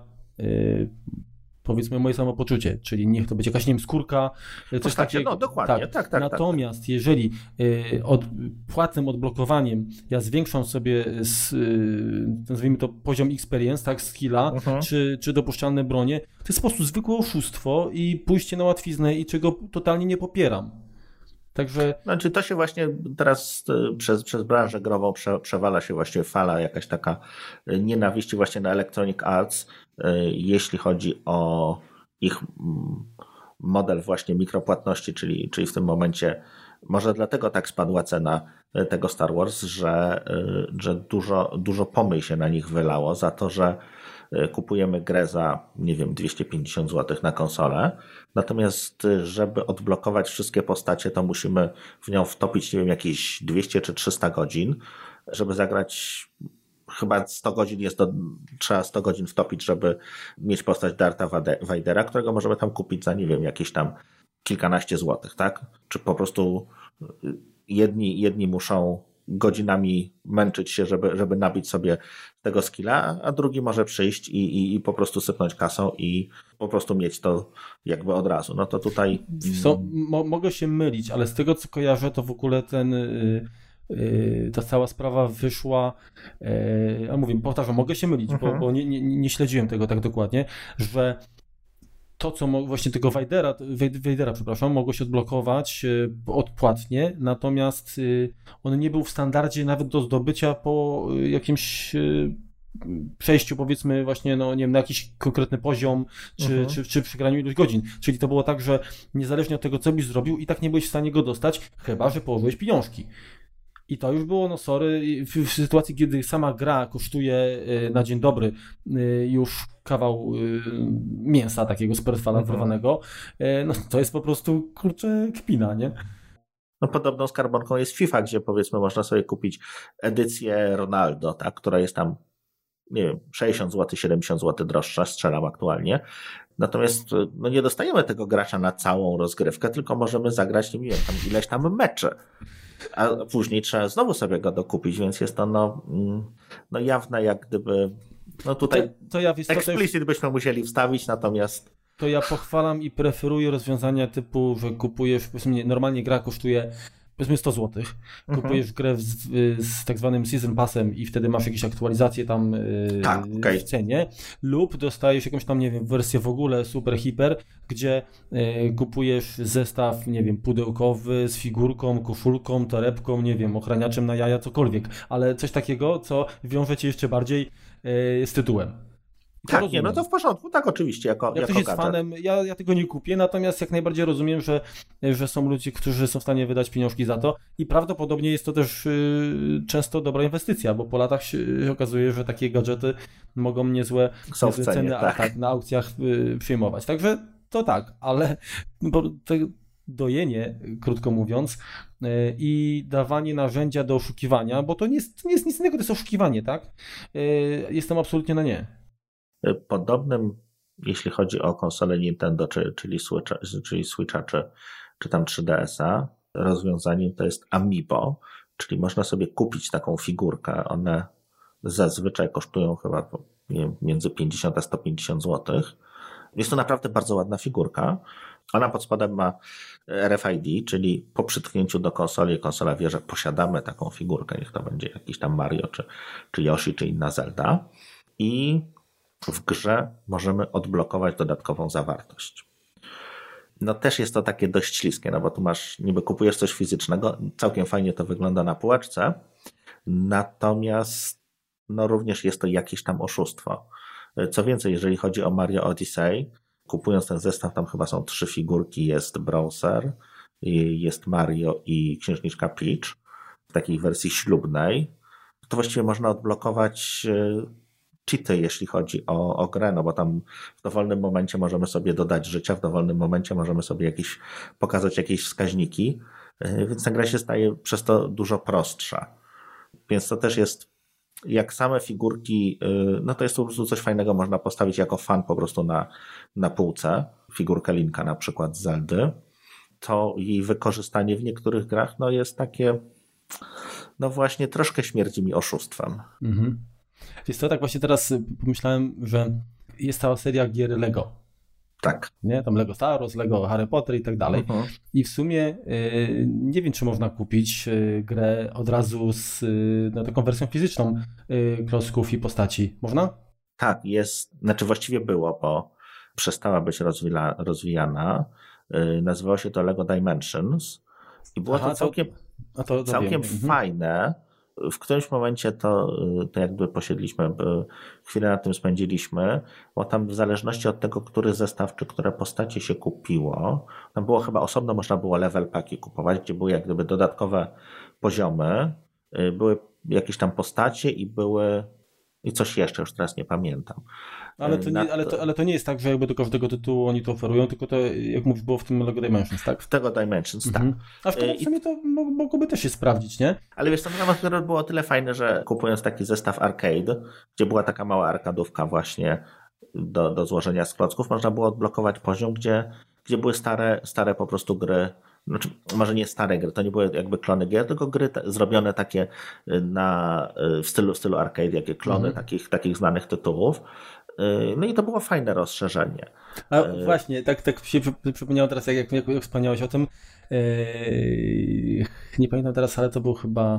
powiedzmy moje samopoczucie, czyli niech to będzie jakaś, nie wiem, skórka, coś Postacie, takiego. No dokładnie, tak, tak, tak. Natomiast tak. jeżeli od, płatnym odblokowaniem ja zwiększam sobie z, nazwijmy to poziom experience, tak, skilla, uh-huh. czy, czy dopuszczalne bronie, to jest po prostu zwykłe oszustwo i pójście na łatwiznę i czego totalnie nie popieram. Także... Znaczy to się właśnie teraz przez, przez branżę grową prze, przewala się właśnie fala jakaś taka nienawiści właśnie na Electronic Arts, jeśli chodzi o ich model właśnie mikropłatności, czyli, czyli w tym momencie może dlatego tak spadła cena tego Star Wars, że, że dużo, dużo pomyj się na nich wylało za to, że kupujemy grę za, nie wiem, dwieście pięćdziesiąt złotych na konsolę, natomiast żeby odblokować wszystkie postacie, to musimy w nią wtopić, nie wiem, jakieś dwieście czy trzysta godzin, żeby zagrać chyba sto godzin jest to, trzeba sto godzin wtopić, żeby mieć postać Darta Vadera, którego możemy tam kupić za, nie wiem, jakieś tam kilkanaście złotych, tak? Czy po prostu jedni, jedni muszą godzinami męczyć się, żeby, żeby nabić sobie tego skilla, a drugi może przyjść i, i, i po prostu sypnąć kasą i po prostu mieć to jakby od razu. No to tutaj... So, mo- mogę się mylić, ale z tego co kojarzę, to w ogóle ten... Yy... ta cała sprawa wyszła, a mówię, powtarzam, mogę się mylić, mhm. bo, bo nie, nie, nie śledziłem tego tak dokładnie, że to, co mo- właśnie tego Vadera, Vadera, przepraszam, mogło się odblokować odpłatnie, natomiast on nie był w standardzie nawet do zdobycia po jakimś przejściu, powiedzmy właśnie, no nie wiem, na jakiś konkretny poziom, czy, mhm. czy, czy przy graniu ilość godzin. Czyli to było tak, że niezależnie od tego, co byś zrobił, i tak nie byłeś w stanie go dostać, chyba że położyłeś pieniążki. I to już było, no sorry, w, w sytuacji, kiedy sama gra kosztuje na dzień dobry już kawał mięsa takiego spreferowanego, no to jest po prostu, kurczę, kpina, nie? No podobną skarbonką jest FIFA, gdzie powiedzmy można sobie kupić edycję Ronaldo, tak, która jest tam, nie wiem, sześćdziesiąt złotych, siedemdziesiąt złotych droższa, strzelam aktualnie. Natomiast no nie dostajemy tego gracza na całą rozgrywkę, tylko możemy zagrać, nie wiem, tam ileś tam meczy. A później trzeba znowu sobie go dokupić, więc jest to no, no jawne, jak gdyby, no tutaj to, to ja explicit też... byśmy musieli wstawić, natomiast... To ja pochwalam i preferuję rozwiązania typu, że kupujesz, powiedzmy, normalnie gra kosztuje powiedzmy sto złotych, kupujesz mhm. grę z, z tak zwanym Season Passem i wtedy masz jakieś aktualizacje tam tak, okay. w cenie, lub dostajesz jakąś tam, nie wiem, wersję w ogóle super hiper, gdzie y, kupujesz zestaw, nie wiem, pudełkowy z figurką, koszulką, torebką, nie wiem, ochraniaczem na jaja, cokolwiek, ale coś takiego, co wiąże cię jeszcze bardziej y, z tytułem. Tak, rozumiem. Nie, no to w porządku, tak oczywiście, jako Jak jako ktoś jest gadżet. fanem, ja, ja tego nie kupię, natomiast jak najbardziej rozumiem, że, że są ludzie, którzy są w stanie wydać pieniążki za to i prawdopodobnie jest to też y, często dobra inwestycja, bo po latach się okazuje, że takie gadżety mogą niezłe, są niezłe w cenie, ceny tak. tak, na aukcjach y, przyjmować. Także to tak, ale bo te dojenie, krótko mówiąc, y, i dawanie narzędzia do oszukiwania, bo to nie jest, to nie jest nic innego, to jest oszukiwanie, tak? Y, jestem absolutnie na nie. Podobnym, jeśli chodzi o konsolę Nintendo, czy, czyli, Switcha, czyli Switcha, czy, czy tam trzy D S a, rozwiązaniem to jest Amiibo, czyli można sobie kupić taką figurkę. One zazwyczaj kosztują chyba nie wiem, między pięćdziesiąt a sto pięćdziesiąt złotych. Jest to naprawdę bardzo ładna figurka. Ona pod spodem ma R F I D, czyli po przytknięciu do konsoli konsola wie, że posiadamy taką figurkę. Niech to będzie jakiś tam Mario, czy, czy Yoshi, czy inna Zelda. I w grze możemy odblokować dodatkową zawartość. No też jest to takie dość śliskie, no bo tu masz, niby kupujesz coś fizycznego, całkiem fajnie to wygląda na półeczce, natomiast no również jest to jakieś tam oszustwo. Co więcej, jeżeli chodzi o Mario Odyssey, kupując ten zestaw, tam chyba są trzy figurki, jest Browser, jest Mario i Księżniczka Peach w takiej wersji ślubnej, to właściwie można odblokować cheaty, jeśli chodzi o, o grę, no bo tam w dowolnym momencie możemy sobie dodać życia, w dowolnym momencie możemy sobie jakieś, pokazać jakieś wskaźniki, więc ta gra się staje przez to dużo prostsza. Więc to też jest, jak same figurki, no to jest to po prostu coś fajnego, można postawić jako fan po prostu na, na półce, figurkę Linka na przykład z Zeldy, to jej wykorzystanie w niektórych grach no jest takie, no właśnie troszkę śmierdzi mi oszustwem. Mhm. Wiesz co, tak właśnie teraz pomyślałem, że jest cała seria gier Lego. Tak. Nie? Tam Lego Star Wars, Lego Harry Potter i tak dalej. Uh-huh. I w sumie y, nie wiem, czy można kupić y, grę od razu z y, no, taką wersją fizyczną y, klocków i postaci. Można? Tak, jest, znaczy właściwie było, bo przestała być rozwila, rozwijana. Y, nazywało się to Lego Dimensions i było Aha, to całkiem, to, to, to całkiem fajne. W którymś momencie to, to jakby posiedliśmy, chwilę na tym spędziliśmy, bo tam w zależności od tego, który zestaw, czy które postacie się kupiło, tam było chyba osobno, można było level paki kupować, gdzie były jak gdyby dodatkowe poziomy, były jakieś tam postacie i były i coś jeszcze, już teraz nie pamiętam. Ale to, nie, ale, to, ale to nie jest tak, że jakby do każdego tytułu oni to oferują, tylko to, jak mówisz, było w tym Lego Dimensions, tak? W tego Dimensions, mhm. tak. A w tym sumie to mogłoby też się sprawdzić, nie? Ale wiesz, to na było o tyle fajne, że kupując taki zestaw arcade, gdzie była taka mała arkadówka właśnie do, do złożenia z klocków, można było odblokować poziom, gdzie, gdzie były stare, stare po prostu gry. Znaczy, może nie stare gry, to nie były jakby klony gier, tylko gry te, zrobione takie na, w stylu, w stylu arcade, jakie klony mhm. takich, takich znanych tytułów. No i to było fajne rozszerzenie. A właśnie, tak, tak się przypomniało teraz, jak, jak, jak wspomniałeś o tym. Yy, nie pamiętam teraz, ale to był chyba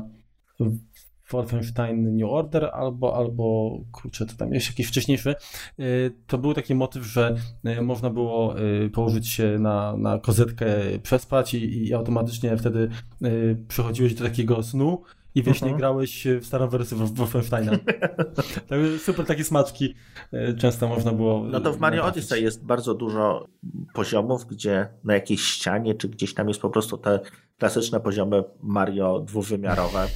Wolfenstein New Order albo, albo kurczę, to tam jest jakiś wcześniejszy. Yy, to był taki motyw, że yy, można było yy, położyć się na, na kozetkę, przespać i, i automatycznie wtedy yy, przechodziłeś do takiego snu i wiecznie uh-huh. grałeś w starą wersję Wolfensteina. Super takie smaczki często można było... No to w Mario natrafić. Odyssey jest bardzo dużo poziomów, gdzie na jakiejś ścianie, czy gdzieś tam jest po prostu te klasyczne poziomy Mario dwuwymiarowe.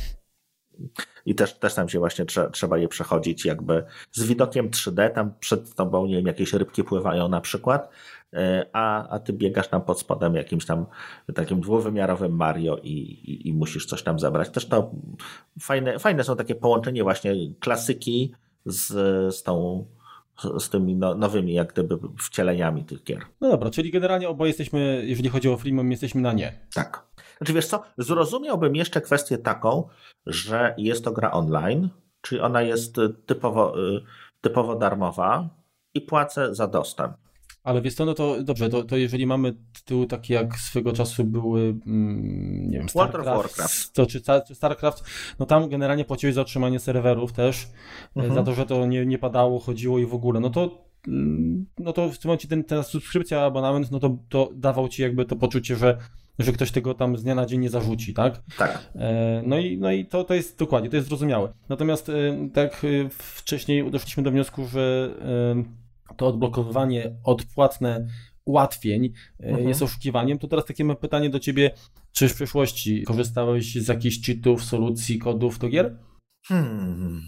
I też, też tam się właśnie trze, trzeba je przechodzić jakby z widokiem trzy D, tam przed tobą, nie wiem, jakieś rybki pływają na przykład, a, a ty biegasz tam pod spodem jakimś tam takim dwuwymiarowym Mario i, i, i musisz coś tam zabrać. Też to fajne, fajne są takie połączenie właśnie klasyki z, z tą z tymi no, nowymi jak gdyby wcieleniami tych gier. No dobra, czyli generalnie oboje jesteśmy, jeżeli chodzi o Freemium, jesteśmy na nie. Tak. Znaczy wiesz co, zrozumiałbym jeszcze kwestię taką, że jest to gra online, czyli ona jest typowo, typowo darmowa i płacę za dostęp. Ale wiesz co, no to dobrze, to, to jeżeli mamy tytuły takie jak swego czasu były, mm, nie wiem, StarCraft, World of Warcraft. To, czy, czy StarCraft, no tam generalnie płaciłeś za utrzymanie serwerów też, mhm. za to, że to nie, nie padało, chodziło i w ogóle, no to no to w tym momencie ten, ta subskrypcja, abonament, no to, to dawał ci jakby to poczucie, że że ktoś tego tam z dnia na dzień nie zarzuci, tak? Tak. No i, no i to, to jest dokładnie, to jest zrozumiałe. Natomiast tak wcześniej doszliśmy do wniosku, że to odblokowywanie odpłatne ułatwień mhm. jest oszukiwaniem, to teraz takie mam pytanie do ciebie, czy w przeszłości korzystałeś z jakichś cheatów, solucji, kodów do gier? Hmm.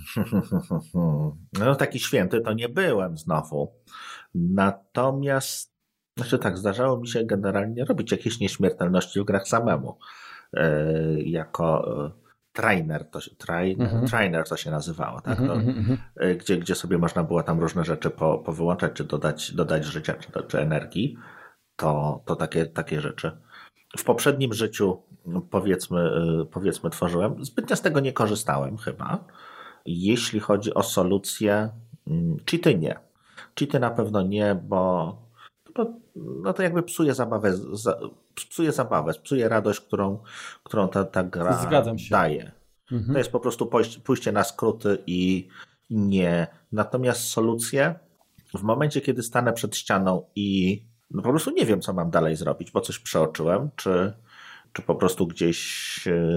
No taki święty to nie byłem znowu. Natomiast Znaczy tak, zdarzało mi się generalnie robić jakieś nieśmiertelności w grach samemu. Yy, jako yy, trainer, to się, trainer, mm-hmm. trainer to się nazywało, tak? To, mm-hmm. yy, gdzie, gdzie sobie można było tam różne rzeczy po, powyłączać, czy dodać, dodać życia, czy, czy energii. To, to takie, takie rzeczy. W poprzednim życiu no, powiedzmy, yy, powiedzmy tworzyłem. Zbytnio z tego nie korzystałem chyba. Jeśli chodzi o solucje, yy, cheaty nie. Cheaty na pewno nie, bo No, no to jakby psuje zabawę, za, psuje zabawę, psuje radość, którą, którą ta, ta gra Zgadzam się. daje. Mhm. To jest po prostu pójście, pójście na skróty i nie. Natomiast solucje, w momencie, kiedy stanę przed ścianą i no po prostu nie wiem, co mam dalej zrobić, bo coś przeoczyłem, czy, czy po prostu gdzieś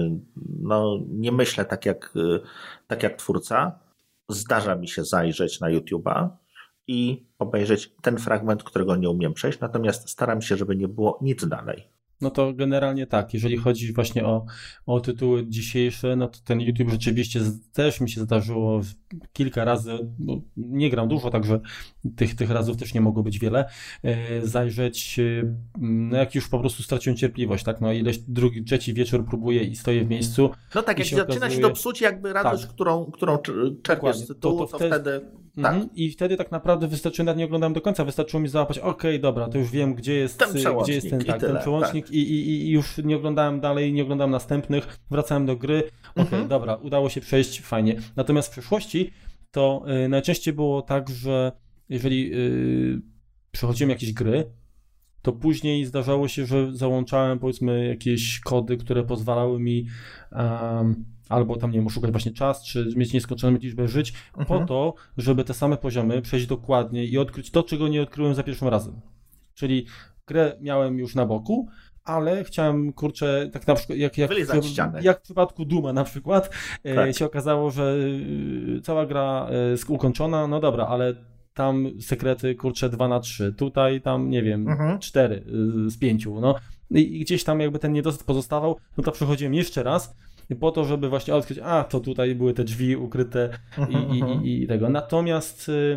no, nie myślę tak jak, tak jak twórca, zdarza mi się zajrzeć na YouTube'a i obejrzeć ten fragment, którego nie umiem przejść, natomiast staram się, żeby nie było nic dalej. No to generalnie tak, jeżeli chodzi właśnie o, o tytuły dzisiejsze, no to ten YouTube rzeczywiście też mi się zdarzyło kilka razy, no nie gram dużo, także tych, tych razów też nie mogło być wiele, zajrzeć, no jak już po prostu straciłem cierpliwość, tak, no ileś drugi, trzeci wieczór próbuję i stoję w miejscu. No tak, jak się zaczyna okazuje... się to psuć jakby radość, tak. którą, którą czerpiesz z tytułu, to, to, to wtedy... wtedy... Tak. I wtedy tak naprawdę wystarczyło, nawet nie oglądałem do końca, wystarczyło mi załapać, okej, okay, dobra, to już wiem, gdzie jest ten przełącznik, gdzie jest ten, tak, tyle, ten przełącznik tak. I, i, i już nie oglądałem dalej, nie oglądałem następnych, wracałem do gry, okej, okay, mhm. dobra, udało się przejść, fajnie. Natomiast w przeszłości to y, najczęściej było tak, że jeżeli y, przechodziłem jakieś gry, to później zdarzało się, że załączałem powiedzmy jakieś kody, które pozwalały mi um, albo tam, nie wiem, oszukać właśnie czas, czy mieć nieskończoną liczbę żyć, mhm. po to, żeby te same poziomy przejść dokładnie i odkryć to, czego nie odkryłem za pierwszym razem. Czyli grę miałem już na boku, ale chciałem, kurczę, tak na przykład, jak, jak, w, jak w przypadku Duma na przykład, tak. e, się okazało, że e, cała gra jest ukończona, no dobra, ale tam sekrety, kurczę, dwa na trzy, tutaj tam, nie wiem, mhm. cztery z pięciu, no i, i gdzieś tam jakby ten niedosyt pozostawał, no to przechodziłem jeszcze raz, po to, żeby właśnie odkryć, a to tutaj były te drzwi ukryte i, i, i, i tego. Natomiast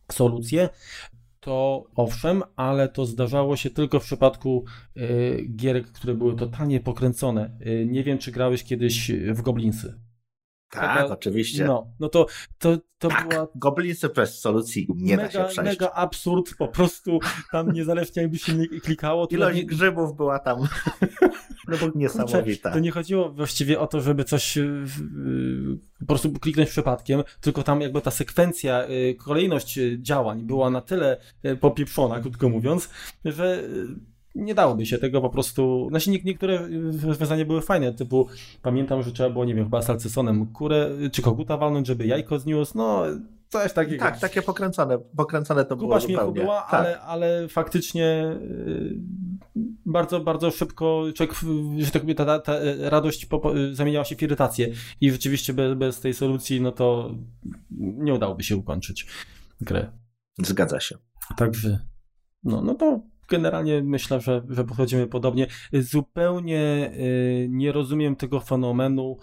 solucje, to owszem, ale to zdarzało się tylko w przypadku y, gier, które były totalnie pokręcone. Y, nie wiem, czy grałeś kiedyś w Goblinsy. Tak, Taka, oczywiście. No, no to, to, to tak, była... Goblinsy bez solucji nie mega, da się przejść. Mega absurd, po prostu tam niezależnie jakby się nie klikało. To Ilość nie... grzybów była tam no bo niesamowita. Kurczę, to nie chodziło właściwie o to, żeby coś po prostu kliknąć przypadkiem, tylko tam jakby ta sekwencja, kolejność działań była na tyle popieprzona, krótko mówiąc, że nie dałoby się tego po prostu... Znaczy niektóre rozwiązania były fajne, typu pamiętam, że trzeba było, nie wiem, chyba salcesonem kurę czy koguta walnąć, żeby jajko zniósł, no coś takiego. Tak, takie pokręcone, pokręcone to Kuba było śmiechu zupełnie. była, tak. ale, ale faktycznie bardzo, bardzo szybko człowiek, że tak powiem, ta, ta radość zamieniała się w irytację i rzeczywiście bez, bez tej solucji, no to nie udałoby się ukończyć grę. Zgadza się. Także, no, no to generalnie myślę, że, że podchodzimy podobnie. Zupełnie y, nie rozumiem tego fenomenu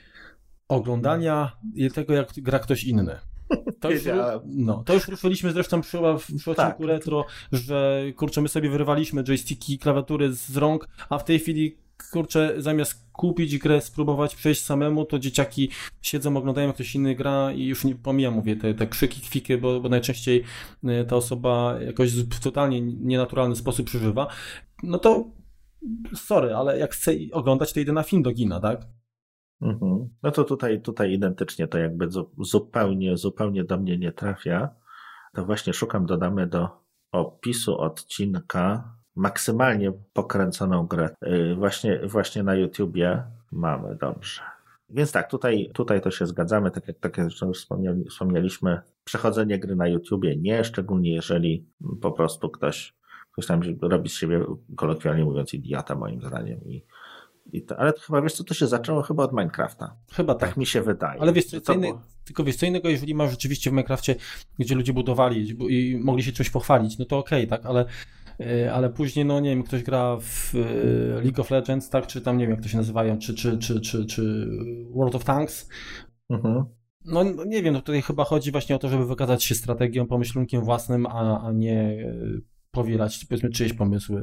oglądania tego, jak gra ktoś inny. To już, no, to już ruszyliśmy zresztą przy, przy odcinku tak. retro, że kurczę, my sobie wyrwaliśmy joysticki, klawiatury z rąk, a w tej chwili kurczę, zamiast kupić grę, spróbować przejść samemu, to dzieciaki siedzą, oglądają jak ktoś inny gra i już nie pomijam, mówię, te, te krzyki, kwiki, bo, bo najczęściej ta osoba jakoś w totalnie nienaturalny sposób przeżywa. No to sorry, ale jak chcę oglądać, to idę na film do kina, tak? Mhm. No to tutaj, tutaj identycznie to jakby zupełnie, zupełnie do mnie nie trafia. To właśnie szukam, dodamy do opisu odcinka maksymalnie pokręconą grę. Właśnie, właśnie na YouTubie mamy, dobrze. Więc tak, tutaj, tutaj to się zgadzamy, tak jak, tak jak już wspomnieli, wspomnieliśmy, przechodzenie gry na YouTubie nie, szczególnie jeżeli po prostu ktoś, ktoś tam robi z siebie, kolokwialnie mówiąc, idiota moim zdaniem i I to, ale to chyba, wiesz co, to się zaczęło chyba od Minecrafta. Chyba tak. Tak mi się wydaje. Ale wiesz co, co inne, tylko wiesz co innego, jeżeli masz rzeczywiście w Minecrafcie, gdzie ludzie budowali i mogli się czymś pochwalić, no to okej, okay, tak, ale, ale później, no nie wiem, ktoś gra w League of Legends, tak, czy tam, nie wiem, jak to się nazywają, czy, czy, czy, czy, czy World of Tanks. Mhm. No, no nie wiem, no tutaj chyba chodzi właśnie o to, żeby wykazać się strategią, pomyślunkiem własnym, a, a nie powielać, powiedzmy, czyjeś pomysły.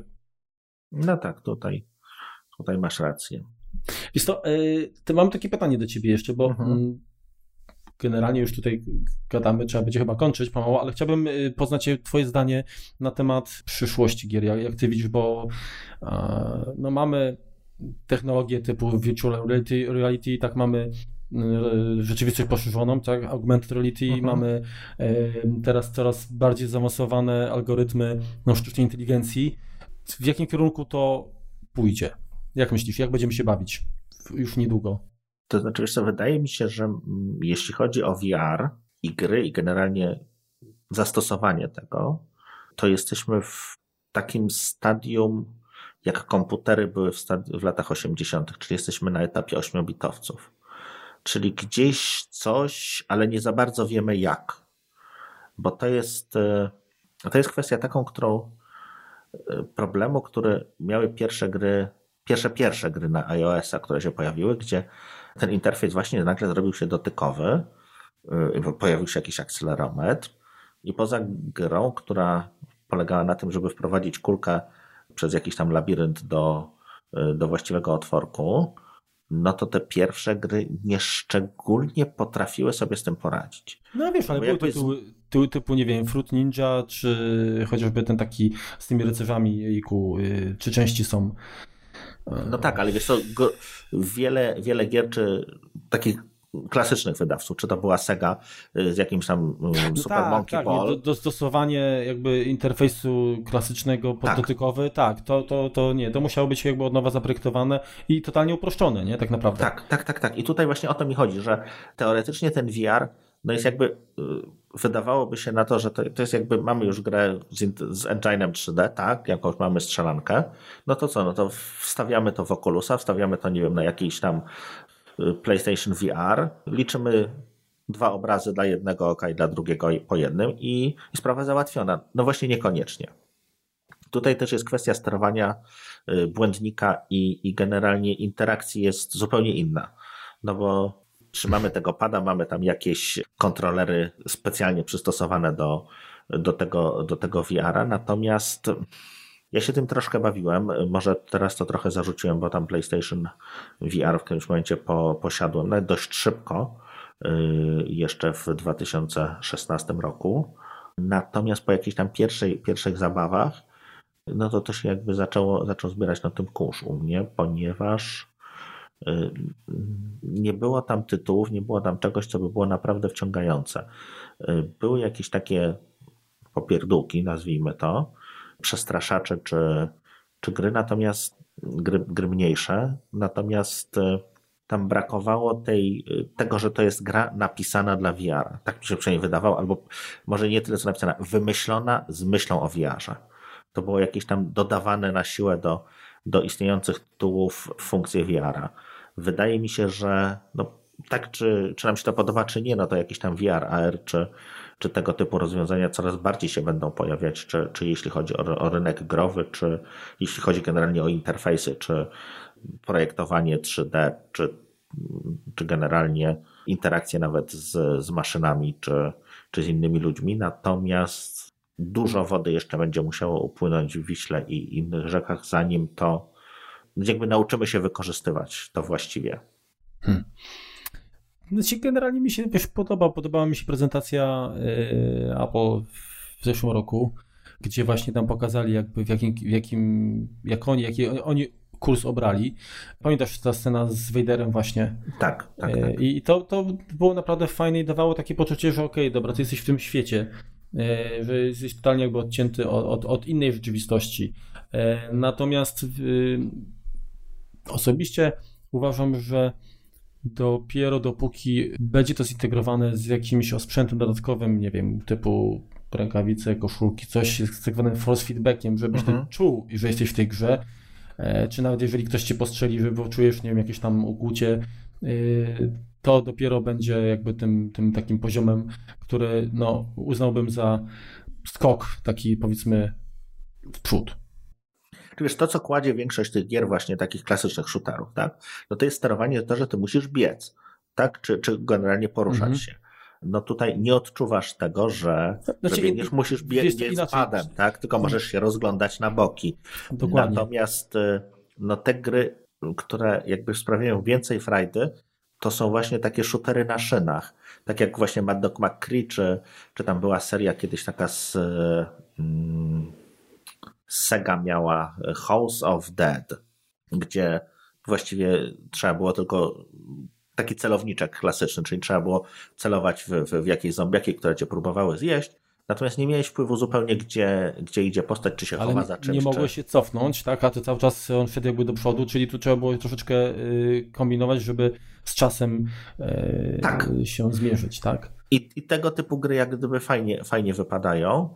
No tak, tutaj Tutaj masz rację. Wiesz to, to mam takie pytanie do ciebie jeszcze, bo mhm. generalnie już tutaj gadamy, trzeba będzie chyba kończyć pomału, ale chciałbym poznać twoje zdanie na temat przyszłości gier, jak, jak ty widzisz, bo no mamy technologię typu virtual reality, reality tak mamy rzeczywistość poszerzoną, tak, augmented reality, mhm. mamy teraz coraz bardziej zaawansowane algorytmy no, sztucznej inteligencji. W jakim kierunku to pójdzie? Jak myślisz, jak będziemy się bawić już niedługo? To znaczy, wiesz co, wydaje mi się, że jeśli chodzi o V R i gry i generalnie zastosowanie tego, to jesteśmy w takim stadium, jak komputery były w, stadi- w latach osiemdziesiątych, czyli jesteśmy na etapie ośmiobitowców. Czyli gdzieś coś, ale nie za bardzo wiemy jak. Bo to jest, to jest kwestia taką, którą problemu, które miały pierwsze gry Pierwsze, pierwsze gry na iOS-a, które się pojawiły, gdzie ten interfejs właśnie nagle zrobił się dotykowy, pojawił się jakiś akcelerometr i poza grą, która polegała na tym, żeby wprowadzić kulkę przez jakiś tam labirynt do, do właściwego otworku, no to te pierwsze gry nieszczególnie potrafiły sobie z tym poradzić. No wiesz, ale były tytuły, tytuły typu, nie wiem, Fruit Ninja, czy chociażby ten taki z tymi rycerzami, jejku, czy części są. No tak, ale wiesz co, wiele, wiele gier, czy takich klasycznych wydawców, czy to była Sega z jakimś tam Super tak, Monkey tak, Ball. Do, dostosowanie jakby interfejsu klasycznego, poddotykowy, tak, tak to, to, to nie, to musiało być jakby od nowa zaprojektowane i totalnie uproszczone, nie, tak naprawdę. Tak, tak, tak, tak. I tutaj właśnie o to mi chodzi, że teoretycznie ten V R no jest jakby, wydawałoby się na to, że to, to jest jakby, mamy już grę z, z engine'em trzy D, tak, jakąś mamy strzelankę, no to co, no to wstawiamy to w Oculusa, wstawiamy to, nie wiem, na jakiś tam PlayStation V R, liczymy dwa obrazy dla jednego oka i dla drugiego po jednym i, i sprawa załatwiona. No właśnie niekoniecznie. Tutaj też jest kwestia sterowania błędnika i, i generalnie interakcji jest zupełnie inna, no bo Trzymamy tego pada, mamy tam jakieś kontrolery specjalnie przystosowane do, do, tego, do tego V R-a, natomiast ja się tym troszkę bawiłem, może teraz to trochę zarzuciłem, bo tam PlayStation V R w którymś momencie po, posiadłem, nawet dość szybko, jeszcze w dwa tysiące szesnastym roku, natomiast po jakichś tam pierwszej, pierwszych zabawach, no to to się jakby zaczęło, zaczął zbierać na tym kurz u mnie, ponieważ nie było tam tytułów, nie było tam czegoś, co by było naprawdę wciągające. Były jakieś takie popierdółki, nazwijmy to, przestraszacze czy, czy gry, natomiast gry, gry mniejsze, natomiast tam brakowało tej, tego, że to jest gra napisana dla V R-a. Tak mi się przynajmniej wydawało, albo może nie tyle co napisana, wymyślona z myślą o V R-ze. To było jakieś tam dodawane na siłę do, do istniejących tytułów funkcje V R-a. Wydaje mi się, że no, tak czy, czy nam się to podoba, czy nie, no to jakiś tam V R, A R, czy, czy tego typu rozwiązania coraz bardziej się będą pojawiać, czy, czy jeśli chodzi o, o rynek growy, czy jeśli chodzi generalnie o interfejsy, czy projektowanie trzy D, czy, czy generalnie interakcje nawet z, z maszynami, czy, czy z innymi ludźmi. Natomiast dużo wody jeszcze będzie musiało upłynąć w Wiśle i innych rzekach, zanim to jakby nauczymy się wykorzystywać to właściwie. Hmm. Znaczy, generalnie mi się wiesz, podoba, podobała mi się prezentacja yy, Apple w zeszłym roku, gdzie właśnie tam pokazali jakby w jakim, w jakim jak oni, jaki oni kurs obrali. Pamiętasz ta scena z Vaderem właśnie? Tak, tak, tak. Yy, I to, to było naprawdę fajne i dawało takie poczucie, że okej, okay, dobra, ty jesteś w tym świecie, yy, że jesteś totalnie jakby odcięty od, od, od innej rzeczywistości. Yy, natomiast yy, osobiście uważam, że dopiero dopóki będzie to zintegrowane z jakimś osprzętem dodatkowym, nie wiem, typu rękawice, koszulki, coś z tak zwanym force feedbackiem, żebyś mhm. ty czuł, że jesteś w tej grze, czy nawet jeżeli ktoś cię postrzeli, że czujesz, nie wiem, jakieś tam ukłucie, to dopiero będzie jakby tym, tym takim poziomem, który no, uznałbym za skok taki, powiedzmy, w przód. Wiesz, to co kładzie większość tych gier właśnie takich klasycznych shooterów, tak? No to jest sterowanie to, że ty musisz biec, tak? Czy, czy generalnie poruszać mhm. się. No tutaj nie odczuwasz tego, że, znaczy, że biegniesz, musisz biec, biec padem, tak? Tylko możesz się rozglądać na boki. Dokładnie. Natomiast no te gry, które jakby sprawiają więcej frajdy, to są właśnie takie shootery na szynach. Tak jak właśnie Mad Dog McCree, czy, czy tam była seria kiedyś taka z... Hmm, Sega miała House of Dead, gdzie właściwie trzeba było tylko taki celowniczek klasyczny, czyli trzeba było celować w, w, w jakieś zombiaki, które cię próbowały zjeść, natomiast nie miałeś wpływu zupełnie, gdzie, gdzie idzie postać, czy się ale chowa za czymś. Nie mogłeś czy... się cofnąć, tak? A to cały czas on szedł jakby do przodu, czyli tu trzeba było troszeczkę y, kombinować, żeby z czasem y, tak. się zmierzyć, tak? I, I tego typu gry jak gdyby fajnie, fajnie wypadają.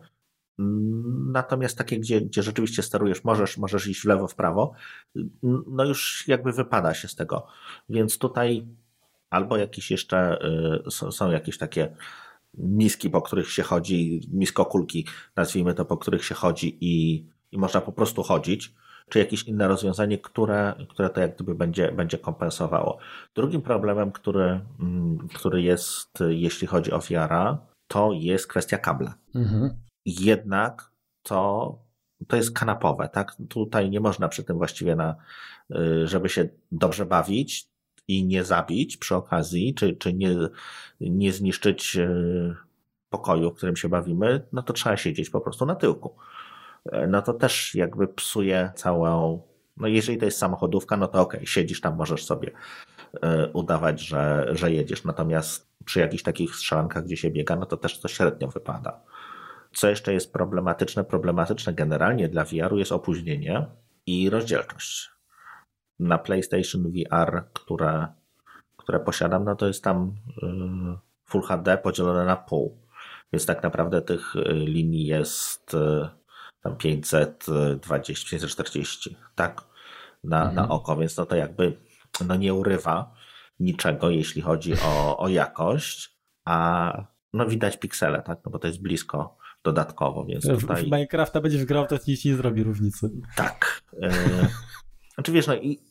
Natomiast takie, gdzie, gdzie rzeczywiście sterujesz, możesz, możesz iść w lewo, w prawo, no już jakby wypada się z tego. Więc tutaj albo jakieś jeszcze y, są, są jakieś takie miski, po których się chodzi, miskokulki, nazwijmy to, po których się chodzi i, i można po prostu chodzić, czy jakieś inne rozwiązanie, które, które to jak gdyby będzie, będzie kompensowało. Drugim problemem, który, który jest, jeśli chodzi o V R-a, to jest kwestia kabla. Mhm. Jednak to, to jest kanapowe, tak? Tutaj nie można przy tym właściwie, na, żeby się dobrze bawić i nie zabić przy okazji, czy, czy nie, nie zniszczyć pokoju, w którym się bawimy, no to trzeba siedzieć po prostu na tyłku. No to też jakby psuje całą, no jeżeli to jest samochodówka, no to okej, okay, siedzisz tam, możesz sobie udawać, że, że jedziesz. Natomiast przy jakichś takich strzelankach, gdzie się biega, no to też to średnio wypada. Co jeszcze jest problematyczne? Problematyczne generalnie dla V R-u jest opóźnienie i rozdzielczość. Na PlayStation V R, które, które posiadam, no to jest tam Full H D podzielone na pół. Więc tak naprawdę tych linii jest tam pięćset dwadzieścia, pięćset czterdzieści, tak? Na, mhm. na oko, więc no to jakby no nie urywa niczego, jeśli chodzi o, o jakość, a no widać piksele, tak? No bo to jest blisko dodatkowo, więc tutaj... W Minecrafta będziesz grał, to nic nie zrobi różnicy. Tak. Yy, znaczy wiesz, no i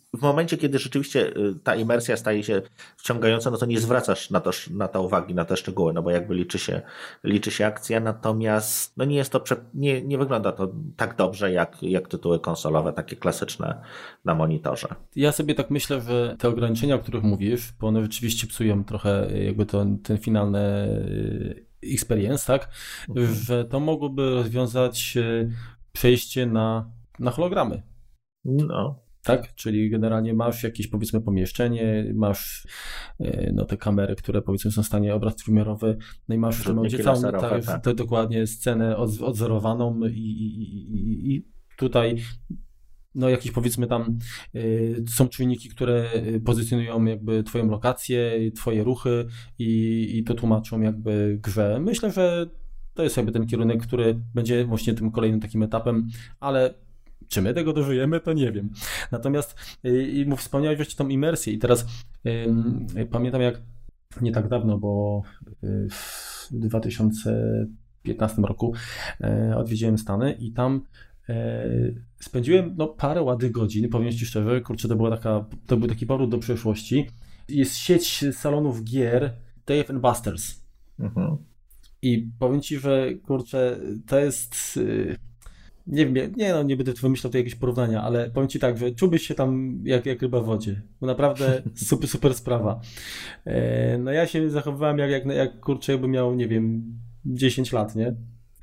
w momencie, kiedy rzeczywiście ta imersja staje się wciągająca, no to nie zwracasz na to, na to uwagi, na te szczegóły, no bo jakby liczy się, liczy się akcja, natomiast no nie jest to, nie, nie wygląda to tak dobrze jak, jak tytuły konsolowe, takie klasyczne na monitorze. Ja sobie tak myślę, że te ograniczenia, o których mówisz, bo one rzeczywiście psują trochę jakby to, ten finalny experience, tak? Mhm. Że to mogłoby rozwiązać przejście na, na hologramy. No. Tak, czyli generalnie masz jakieś, powiedzmy, pomieszczenie, masz no, te kamery, które, powiedzmy, są w stanie obraz trójwymiarowy, no i masz w tym momencie całą, tak, tak. To, dokładnie scenę od, odzorowaną i, i, i, i tutaj no jakieś, powiedzmy, tam y, są czujniki, które pozycjonują jakby twoją lokację, twoje ruchy i, i to tłumaczą jakby grze. Myślę, że to jest jakby ten kierunek, który będzie właśnie tym kolejnym takim etapem, ale czy my tego dożyjemy, to nie wiem. Natomiast i yy, wspomniałeś właśnie tą imersję i teraz yy, pamiętam, jak nie tak dawno, bo yy, w dwa tysiące piętnastym roku yy, odwiedziłem Stany i tam yy, spędziłem no, parę ładnych godzin, powiem ci szczerze, kurczę, to była taka, to był taki powrót do przeszłości. Jest sieć salonów gier Dave and Buster's. Mhm. I powiem ci, że kurczę, to jest... Yy, Nie wiem, nie, no, nie będę tu wymyślał tutaj jakieś porównania, ale powiem ci tak, że czułbyś się tam jak, jak ryba w wodzie. Bo naprawdę super, super sprawa. E, no ja się zachowywałem jak, jak, jak kurczę, jakbym miał, nie wiem, dziesięć lat, nie?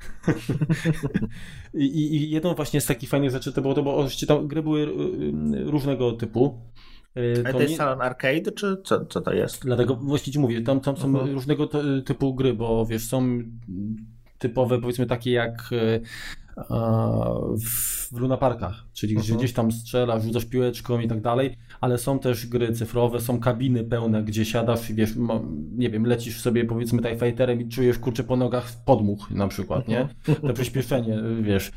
I, I jedną właśnie z takich fajnych rzeczy to było, to było, oczywiście tam gry były różnego typu. A to jest nie... salon arcade, czy co, co to jest? Dlatego właśnie ci mówię, tam, tam są uh-huh. różnego typu gry, bo wiesz, są typowe, powiedzmy, takie jak w lunaparkach, czyli uh-huh. gdzieś tam strzelasz, rzucasz piłeczką i tak dalej, ale są też gry cyfrowe, są kabiny pełne, gdzie siadasz i wiesz, nie wiem, lecisz sobie, powiedzmy, TIE Fighterem i czujesz, kurczę, po nogach podmuch na przykład, uh-huh. nie? To przyspieszenie, wiesz,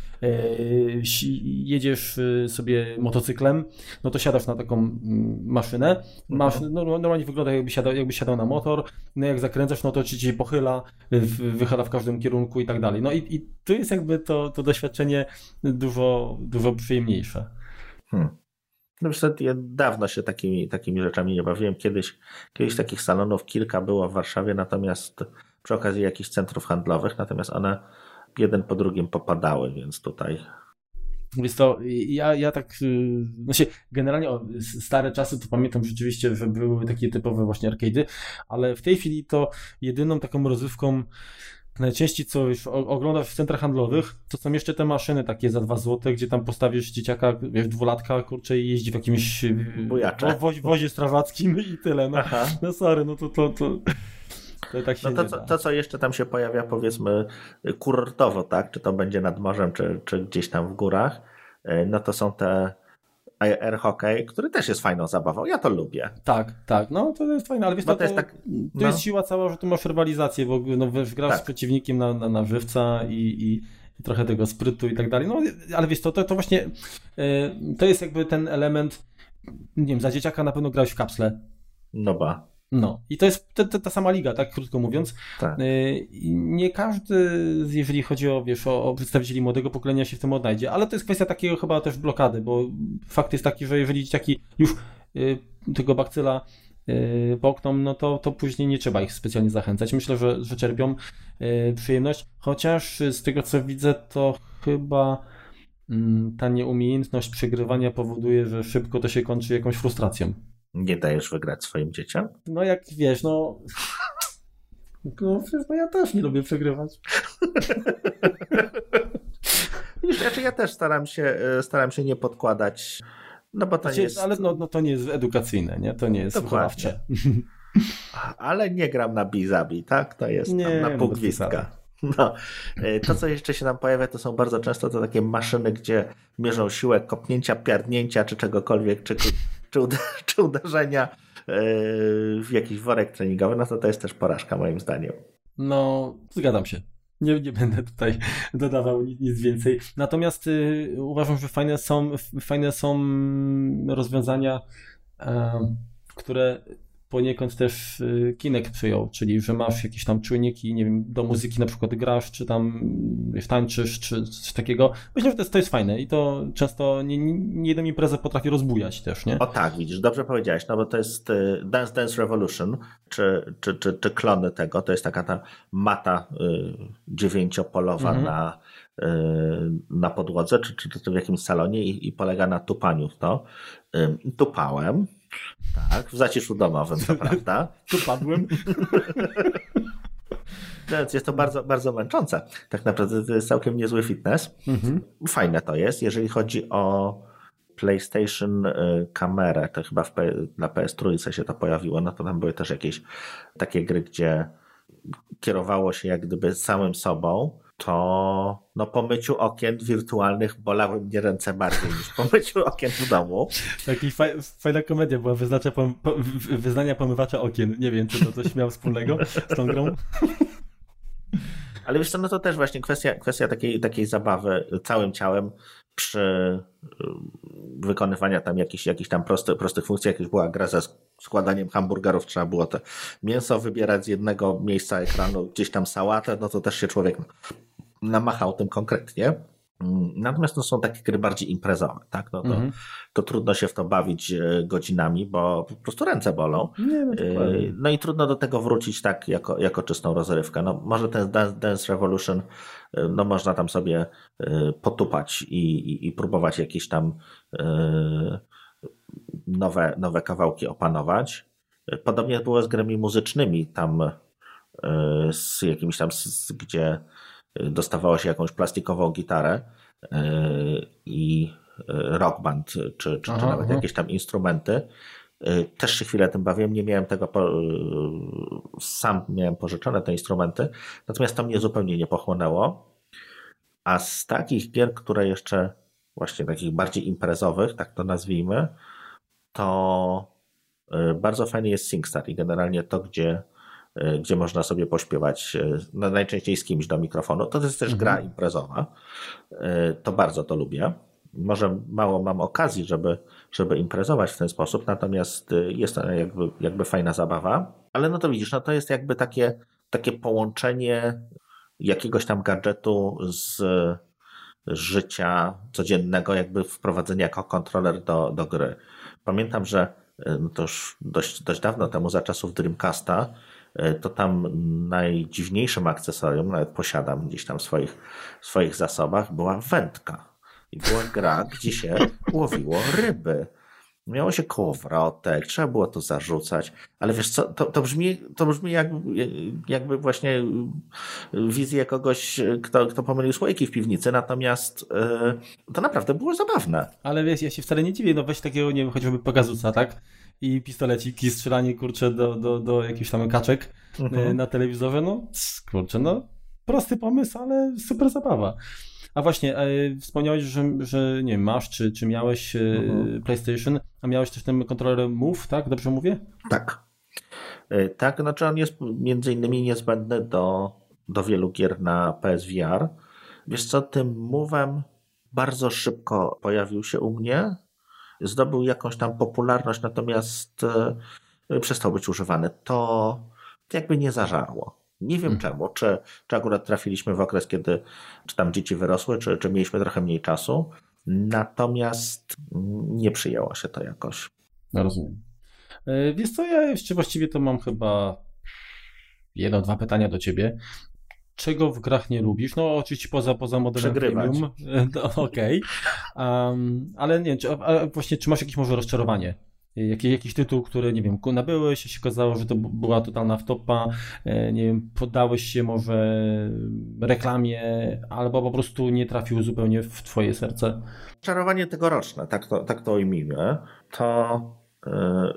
jedziesz sobie motocyklem, no to siadasz na taką maszynę, masz, uh-huh. no, normalnie wygląda jakby siadał, jakby siadał na motor, no jak zakręcasz, no to ci się pochyla, wychyla w każdym kierunku i tak dalej. No i, i tu jest jakby to, to doświadczenie dużo, dużo przyjemniejsze. Hmm. No niestety ja dawno się takimi, takimi rzeczami nie bawiłem. Kiedyś, kiedyś takich salonów kilka było w Warszawie, natomiast przy okazji jakichś centrów handlowych, natomiast one jeden po drugim popadały, więc tutaj... Więc to ja, ja tak, znaczy generalnie o, stare czasy to pamiętam rzeczywiście, że były takie typowe właśnie arcade'y, ale w tej chwili to jedyną taką rozrywką najczęściej co już oglądasz w centrach handlowych, to są jeszcze te maszyny takie za dwa złote, gdzie tam postawisz dzieciaka, wiesz, dwulatka, kurczę, i jeździ w jakimś wo, wo, wozie strawackim i tyle. No, no sorry, no to to, to, to tak się no to, nie co, da. to, co jeszcze tam się pojawia, powiedzmy, kurortowo, tak? Czy to będzie nad morzem, czy, czy gdzieś tam w górach, no to są te air hockey, który też jest fajną zabawą. Ja to lubię. Tak, tak. No to jest fajne, ale wiesz, to, to, jest, tak, no. to jest siła cała, że tu masz rywalizację, bo no, wiesz, grasz tak. z przeciwnikiem na, na, na żywca i, i, i trochę tego sprytu i tak dalej. No ale wiesz, to, to, to właśnie yy, to jest jakby ten element, nie wiem, za dzieciaka na pewno grałeś w kapsle. No ba. No i to jest ta, ta, ta sama liga, tak krótko mówiąc. Tak. Yy, nie każdy, jeżeli chodzi o, wiesz, o, o przedstawicieli młodego pokolenia się w tym odnajdzie, ale to jest kwestia takiego chyba też blokady, bo fakt jest taki, że jeżeli dzieciaki już yy, tego bakcyla yy, połkną, no to, to później nie trzeba ich specjalnie zachęcać. Myślę, że, że czerpią yy, przyjemność, chociaż z tego co widzę, to chyba yy, ta nieumiejętność przegrywania powoduje, że szybko to się kończy jakąś frustracją. Nie dajesz wygrać swoim dzieciom? No jak wiesz, no... No, no ja też nie lubię przegrywać. Wiesz, znaczy ja też staram się, staram się nie podkładać, no bo to znaczy, nie jest... Ale no, no to nie jest edukacyjne, nie? To nie jest wychowawcze. Ale nie gram na bizabi, tak? To jest nie, tam na pół gwizdka. No, to co jeszcze się nam pojawia, to są bardzo często to takie maszyny, gdzie mierzą siłę kopnięcia, pierdnięcia, czy czegokolwiek, czy, czy, czy uderzenia w jakiś worek treningowy, no to to jest też porażka moim zdaniem. No, zgadzam się. Nie, nie będę tutaj dodawał nic, nic więcej. Natomiast y, uważam, że fajne są, fajne są rozwiązania, y, które poniekąd też Kinect przyjął, czyli że masz jakieś tam czujniki, nie wiem, do muzyki na przykład grasz, czy tam wiesz, tańczysz, czy coś takiego. Myślę, że to jest, to jest fajne i to często nie, nie jedną imprezę potrafi rozbujać też, nie? O tak, widzisz, dobrze powiedziałeś, no bo to jest Dance Dance Revolution, czy, czy, czy, czy klony tego, to jest taka ta mata y, dziewięciopolowa mhm. na, y, na podłodze, czy, czy, czy w jakimś salonie i, i polega na tupaniu w to. Y, tupałem. Tak, w zaciszu domowym, to prawda. Tu padłem. Więc jest to bardzo, bardzo męczące. Tak naprawdę to jest całkiem niezły fitness. Mhm. Fajne to jest. Jeżeli chodzi o PlayStation kamerę, to chyba w P- na P S trzy się to pojawiło, no to tam były też jakieś takie gry, gdzie kierowało się jak gdyby samym sobą, to no po myciu okien wirtualnych bolały mnie ręce bardziej niż po myciu okien w domu. Taki faj, fajna komedia była, wyznacza pom, po, wyznania pomywacza okien. Nie wiem, czy to coś miało wspólnego z tą grą. Ale wiesz co, no to też właśnie kwestia, kwestia takiej, takiej zabawy całym ciałem przy wykonywaniu tam jakichś, jakichś tam prosty, prostych funkcji, jakieś była gra ze składaniem hamburgerów, trzeba było to mięso wybierać z jednego miejsca ekranu, gdzieś tam sałatę, no to też się człowiek namachał tym konkretnie. Natomiast to są takie gry bardziej imprezowe, tak? No to, mm-hmm. to trudno się w to bawić godzinami, bo po prostu ręce bolą. Nie, no, no i trudno do tego wrócić tak jako, jako czystą rozrywkę. No może ten Dance, Dance Revolution, no można tam sobie potupać i, i, i próbować jakieś tam nowe, nowe kawałki opanować. Podobnie było z grami muzycznymi, tam z jakimiś tam, z, gdzie dostawało się jakąś plastikową gitarę i rock band, czy, czy, czy nawet aha. jakieś tam instrumenty. Też się chwilę tym bawiłem, nie miałem tego, po... sam miałem pożyczone te instrumenty, natomiast to mnie zupełnie nie pochłonęło. A z takich gier, które jeszcze właśnie takich bardziej imprezowych, tak to nazwijmy, to bardzo fajny jest SingStar i generalnie to, gdzie gdzie można sobie pośpiewać, no najczęściej z kimś do mikrofonu. To jest też mhm. gra imprezowa. To bardzo to lubię. Może mało mam okazji, żeby, żeby imprezować w ten sposób, natomiast jest to jakby, jakby fajna zabawa. Ale no to widzisz, no to jest jakby takie, takie połączenie jakiegoś tam gadżetu z życia codziennego, jakby wprowadzenie jako kontroler do, do gry. Pamiętam, że no to już dość, dość dawno temu, za czasów Dreamcasta, to tam najdziwniejszym akcesorium, nawet posiadam gdzieś tam w swoich, w swoich zasobach, była wędka. I była gra, gdzie się łowiło ryby. Miało się kołowrotek, trzeba było to zarzucać, ale wiesz co, to, to brzmi, to brzmi jak, jakby właśnie wizję kogoś, kto, kto pomylił słoiki w piwnicy, natomiast yy, to naprawdę było zabawne. Ale wiesz, ja się wcale nie dziwię, no weź takiego, nie wiem, choćby Pegasusa, tak? I pistoleciki, strzelanie, kurczę, do, do, do jakichś tam kaczek mhm. na telewizorze, no kurczę, no prosty pomysł, ale super zabawa. A właśnie, e, wspomniałeś, że, że nie wiem, masz, czy, czy miałeś e, mhm. PlayStation, a miałeś też ten kontroler Move, tak? Dobrze mówię? Tak. E, tak, znaczy on jest między innymi niezbędny do, do wielu gier na P S V R. Wiesz co, tym Move'em bardzo szybko pojawił się u mnie, zdobył jakąś tam popularność, natomiast e, przestał być używany. To jakby nie zażarło. Nie wiem hmm. czemu, czy, czy akurat trafiliśmy w okres, kiedy czy tam dzieci wyrosły, czy, czy mieliśmy trochę mniej czasu, natomiast nie przyjęło się to jakoś. No rozumiem. Wiesz co, ja jeszcze właściwie to mam chyba jedno, dwa pytania do ciebie. Czego w grach nie lubisz? No oczywiście poza, poza modelem premium. No, okej. Okay. Um, ale nie, czy, a właśnie czy masz jakieś może rozczarowanie? Jakiś, jakiś tytuł, który, nie wiem, nabyłeś, się okazało, że to była totalna wtopa, nie wiem, poddałeś się może reklamie, albo po prostu nie trafił zupełnie w twoje serce? Czarowanie tegoroczne, tak to, tak to ujmijmy, to yy,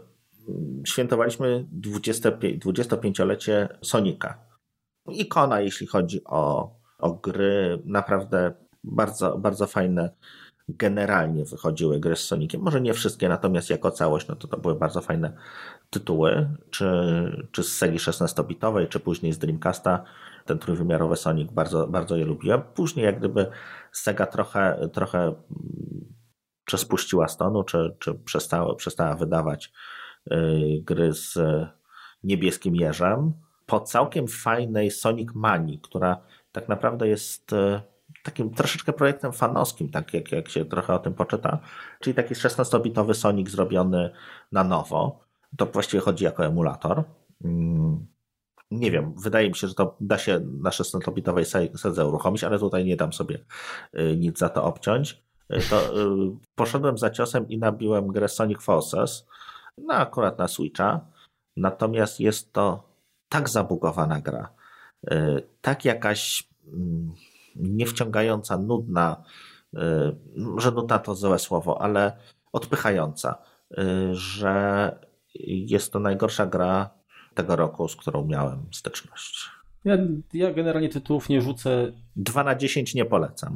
świętowaliśmy dwudziestopięciolecie Sonika. Ikona, jeśli chodzi o, o gry, naprawdę bardzo, bardzo fajne. Generalnie wychodziły gry z Soniciem, może nie wszystkie, natomiast jako całość, no to to były bardzo fajne tytuły, czy, czy z serii szesnastobitowej, czy później z Dreamcasta, ten trójwymiarowy Sonic, bardzo, bardzo je lubiłem. Później jak gdyby Sega trochę, trochę czy spuściła stonu, czy, czy przestała, przestała wydawać gry z niebieskim jeżem, po całkiem fajnej Sonic Manii, która tak naprawdę jest takim troszeczkę projektem fanowskim, tak jak, jak się trochę o tym poczyta, czyli taki szesnastobitowy Sonic zrobiony na nowo. To właściwie chodzi jako emulator. Nie wiem, wydaje mi się, że to da się na szesnastobitowej sedze uruchomić, ale tutaj nie dam sobie nic za to obciąć. To poszedłem za ciosem i nabiłem grę Sonic Forces, no akurat na Switcha, natomiast jest to tak zabugowana gra, tak jakaś niewciągająca, nudna, że nudna to złe słowo, ale odpychająca, że jest to najgorsza gra tego roku, z którą miałem styczność. Ja, ja generalnie tytułów nie rzucę. dwa na dziesięć nie polecam.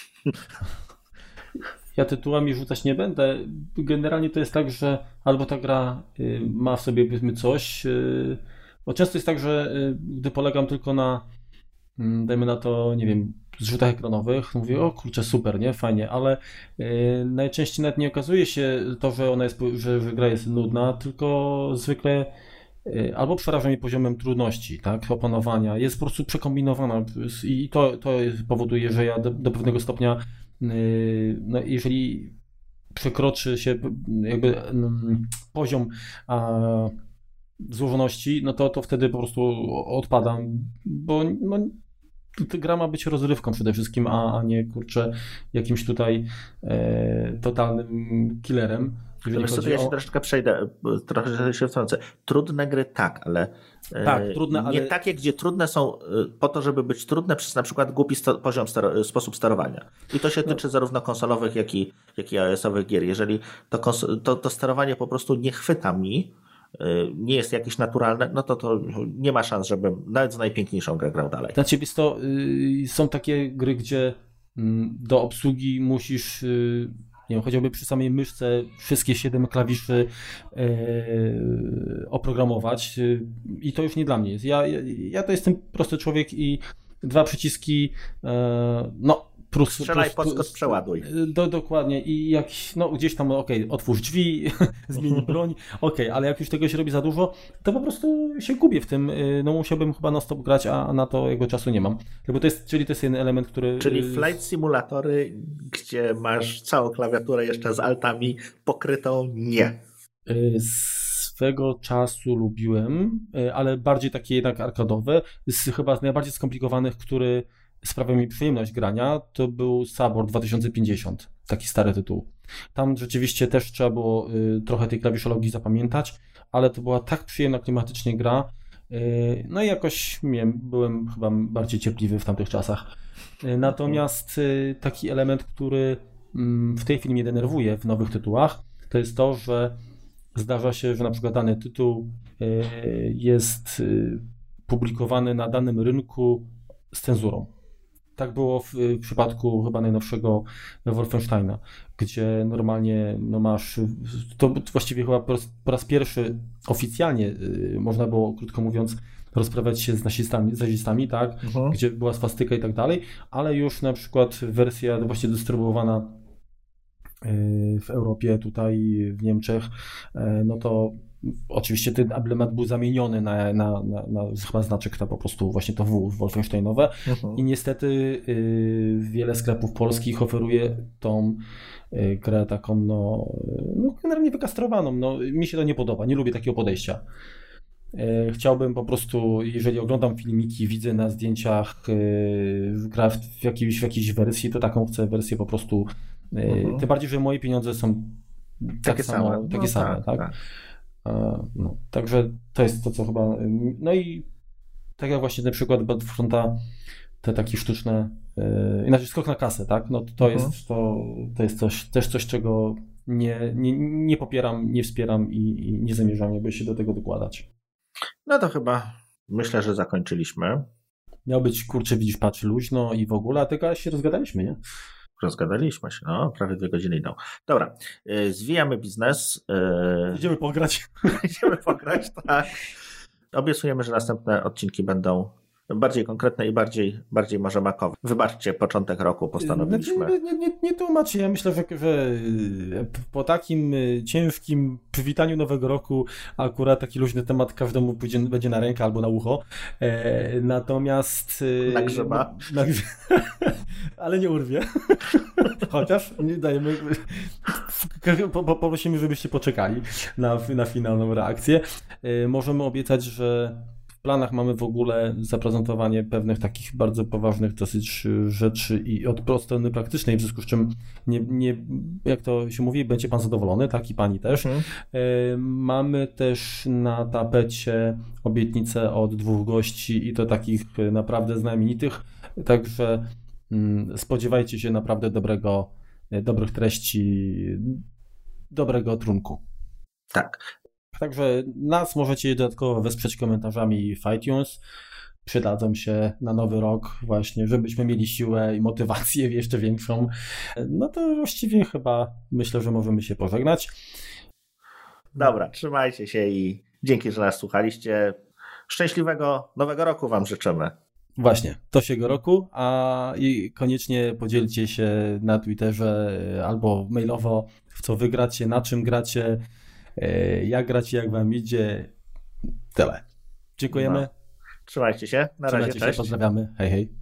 Ja tytułami rzucać nie będę. Generalnie to jest tak, że albo ta gra ma w sobie powiedzmy coś, bo często jest tak, że gdy polegam tylko na, dajmy na to, nie wiem, zrzutach ekranowych, mówię, o kurczę, super, nie, fajnie, ale najczęściej nawet nie okazuje się to, że ona jest, że, że gra jest nudna, tylko zwykle albo przeraża mnie poziomem trudności, tak, opanowania, jest po prostu przekombinowana i to, to powoduje, że ja do, do pewnego stopnia, no, jeżeli przekroczy się jakby poziom a, złożoności, no to, to wtedy po prostu odpadam, bo no, ta gra ma być rozrywką przede wszystkim, a, a nie, kurczę, jakimś tutaj e, totalnym killerem. Wiesz co, to ja się o... troszeczkę przejdę, troszeczkę się wtrącę. Trudne gry tak, ale tak, trudne, nie ale... takie, gdzie trudne są po to, żeby być trudne przez na przykład głupi sto- poziom, stero- sposób sterowania. I to się no. tyczy zarówno konsolowych, jak i, jak i iOS-owych gier. Jeżeli to, kons- to, to sterowanie po prostu nie chwyta mi, nie jest jakieś naturalne, no to, to nie ma szans, żebym nawet z najpiękniejszą grę grał dalej. Dla ciebie to, y, są takie gry, gdzie y, do obsługi musisz... Y... Nie wiem, chociażby przy samej myszce wszystkie siedem klawiszy e, oprogramować i to już nie dla mnie jest. Ja, ja, ja to jestem prosty człowiek i dwa przyciski, e, no plus... Strzelaj, plus, podskocz, przeładuj. Do, dokładnie i jak, no gdzieś tam, okej, okay, otwórz drzwi, zmień broń, okej, okay, ale jak już tego się robi za dużo, to po prostu się gubię w tym, no musiałbym chyba non stop grać, a na to jego czasu nie mam. Bo to jest, czyli to jest jeden element, który... Czyli flight simulatory, gdzie masz całą klawiaturę jeszcze z altami pokrytą, nie. Swego czasu lubiłem, ale bardziej takie jednak arkadowe, z chyba z najbardziej skomplikowanych, który sprawia mi przyjemność grania, to był Sabor dwa tysiące pięćdziesiąt, taki stary tytuł. Tam rzeczywiście też trzeba było y, trochę tej klawiszologii zapamiętać, ale to była tak przyjemna klimatycznie gra, y, no i jakoś wiem, byłem chyba bardziej cierpliwy w tamtych czasach. Y, natomiast y, taki element, który y, w tej chwili mnie denerwuje w nowych tytułach, to jest to, że zdarza się, że na przykład dany tytuł y, jest y, publikowany na danym rynku z cenzurą. Tak było w, w przypadku chyba najnowszego Wolfensteina, gdzie normalnie no masz, to właściwie chyba po raz, po raz pierwszy oficjalnie y, można było, krótko mówiąc, rozprawiać się z nazistami, z nazistami, tak, uh-huh. gdzie była swastyka i tak dalej, ale już na przykład wersja właśnie dystrybuowana y, w Europie, tutaj w Niemczech, y, no to oczywiście ten emblemat był zamieniony na, na, na, na chyba znaczek to po prostu właśnie to W Wolfensteinowe uh-huh. i niestety y, wiele sklepów polskich oferuje tą y, grę taką no, no generalnie wykastrowaną. No, mi się to nie podoba, nie lubię takiego podejścia. Y, chciałbym po prostu, jeżeli oglądam filmiki, widzę na zdjęciach y, gra w, w, jakiejś, w jakiejś wersji, to taką chcę wersję po prostu, y, uh-huh. tym bardziej, że moje pieniądze są tak takie samo, same, takie no, same tak, tak? tak. No, także to jest to, co chyba. No i tak jak właśnie ten przykład Battlefronta, te takie sztuczne, yy, inaczej skok na kasę, tak? No to uh-huh. jest to, to jest coś, też coś, czego nie, nie, nie popieram, nie wspieram i, i nie zamierzam jakby się do tego dokładać. No to chyba myślę, że zakończyliśmy. Miał być, kurczę, widzisz, patrzy luźno i w ogóle, a tylko się rozgadaliśmy, nie? Rozgadaliśmy się, no, prawie dwie godziny idą. Dobra, yy, zwijamy biznes. Yy... Idziemy pograć. Idziemy pograć, tak. Obiecujemy, że następne odcinki będą bardziej konkretne i bardziej, bardziej może makowe. Wybaczcie, początek roku postanowiliśmy. Nie, nie, nie, nie tłumaczę. Ja myślę, że, że po takim ciężkim przywitaniu nowego roku akurat taki luźny temat każdemu pójdzie, będzie na rękę albo na ucho. E, natomiast... Na grzyba. Na, ale nie urwie. Chociaż nie dajemy... Poprosimy, żebyście poczekali na, na finalną reakcję. E, możemy obiecać, że w planach mamy w ogóle zaprezentowanie pewnych takich bardzo poważnych dosyć rzeczy i od strony praktycznej, w związku z czym nie, nie, jak to się mówi, będzie pan zadowolony, tak i pani też. Mhm. Mamy też na tapecie obietnicę od dwóch gości i to takich naprawdę znamienitych, także spodziewajcie się naprawdę dobrego, dobrych treści, dobrego trunku. Tak. Także nas możecie dodatkowo wesprzeć komentarzami w iTunes. Przydadzą się na nowy rok właśnie, żebyśmy mieli siłę i motywację jeszcze większą. No to właściwie chyba myślę, że możemy się pożegnać. Dobra, trzymajcie się i dzięki, że nas słuchaliście. Szczęśliwego nowego roku wam życzymy. Właśnie, to się roku, a i koniecznie podzielcie się na Twitterze albo mailowo, w co wy gracie, na czym gracie, jak gracie, jak wam idzie. Tyle. Dziękujemy. No. Trzymajcie się. Na Trzymajcie razie, się, cześć. Pozdrawiamy. Hej, hej.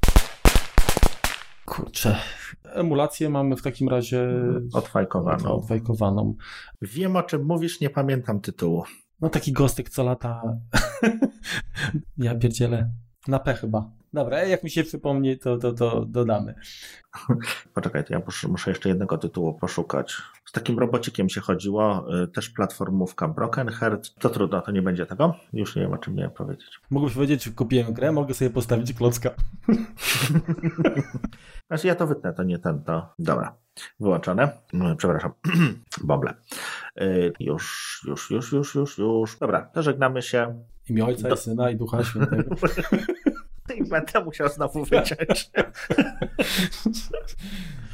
Kurczę. Emulację mamy w takim razie odfajkowaną. odfajkowaną. Wiem, o czym mówisz, nie pamiętam tytułu. No taki gostek co lata. Ja pierdzielę. Na P chyba. Dobra, jak mi się przypomni, to, to, to dodamy. Poczekaj, to ja muszę jeszcze jednego tytułu poszukać. Z takim robocikiem się chodziło, też platformówka Broken Heart. To trudno, to nie będzie tego. Już nie wiem, o czym miałem powiedzieć. Mógłbyś powiedzieć, że kupiłem grę, mogę sobie postawić klocka. Znaczy ja to wytnę, to nie ten, to... Dobra, wyłączone. Przepraszam, boble. Już, już, już, już, już, już. Dobra, to żegnamy się. W imię Ojca Do... i Syna i Ducha Świętego. I będę musiał znowu wyciąć.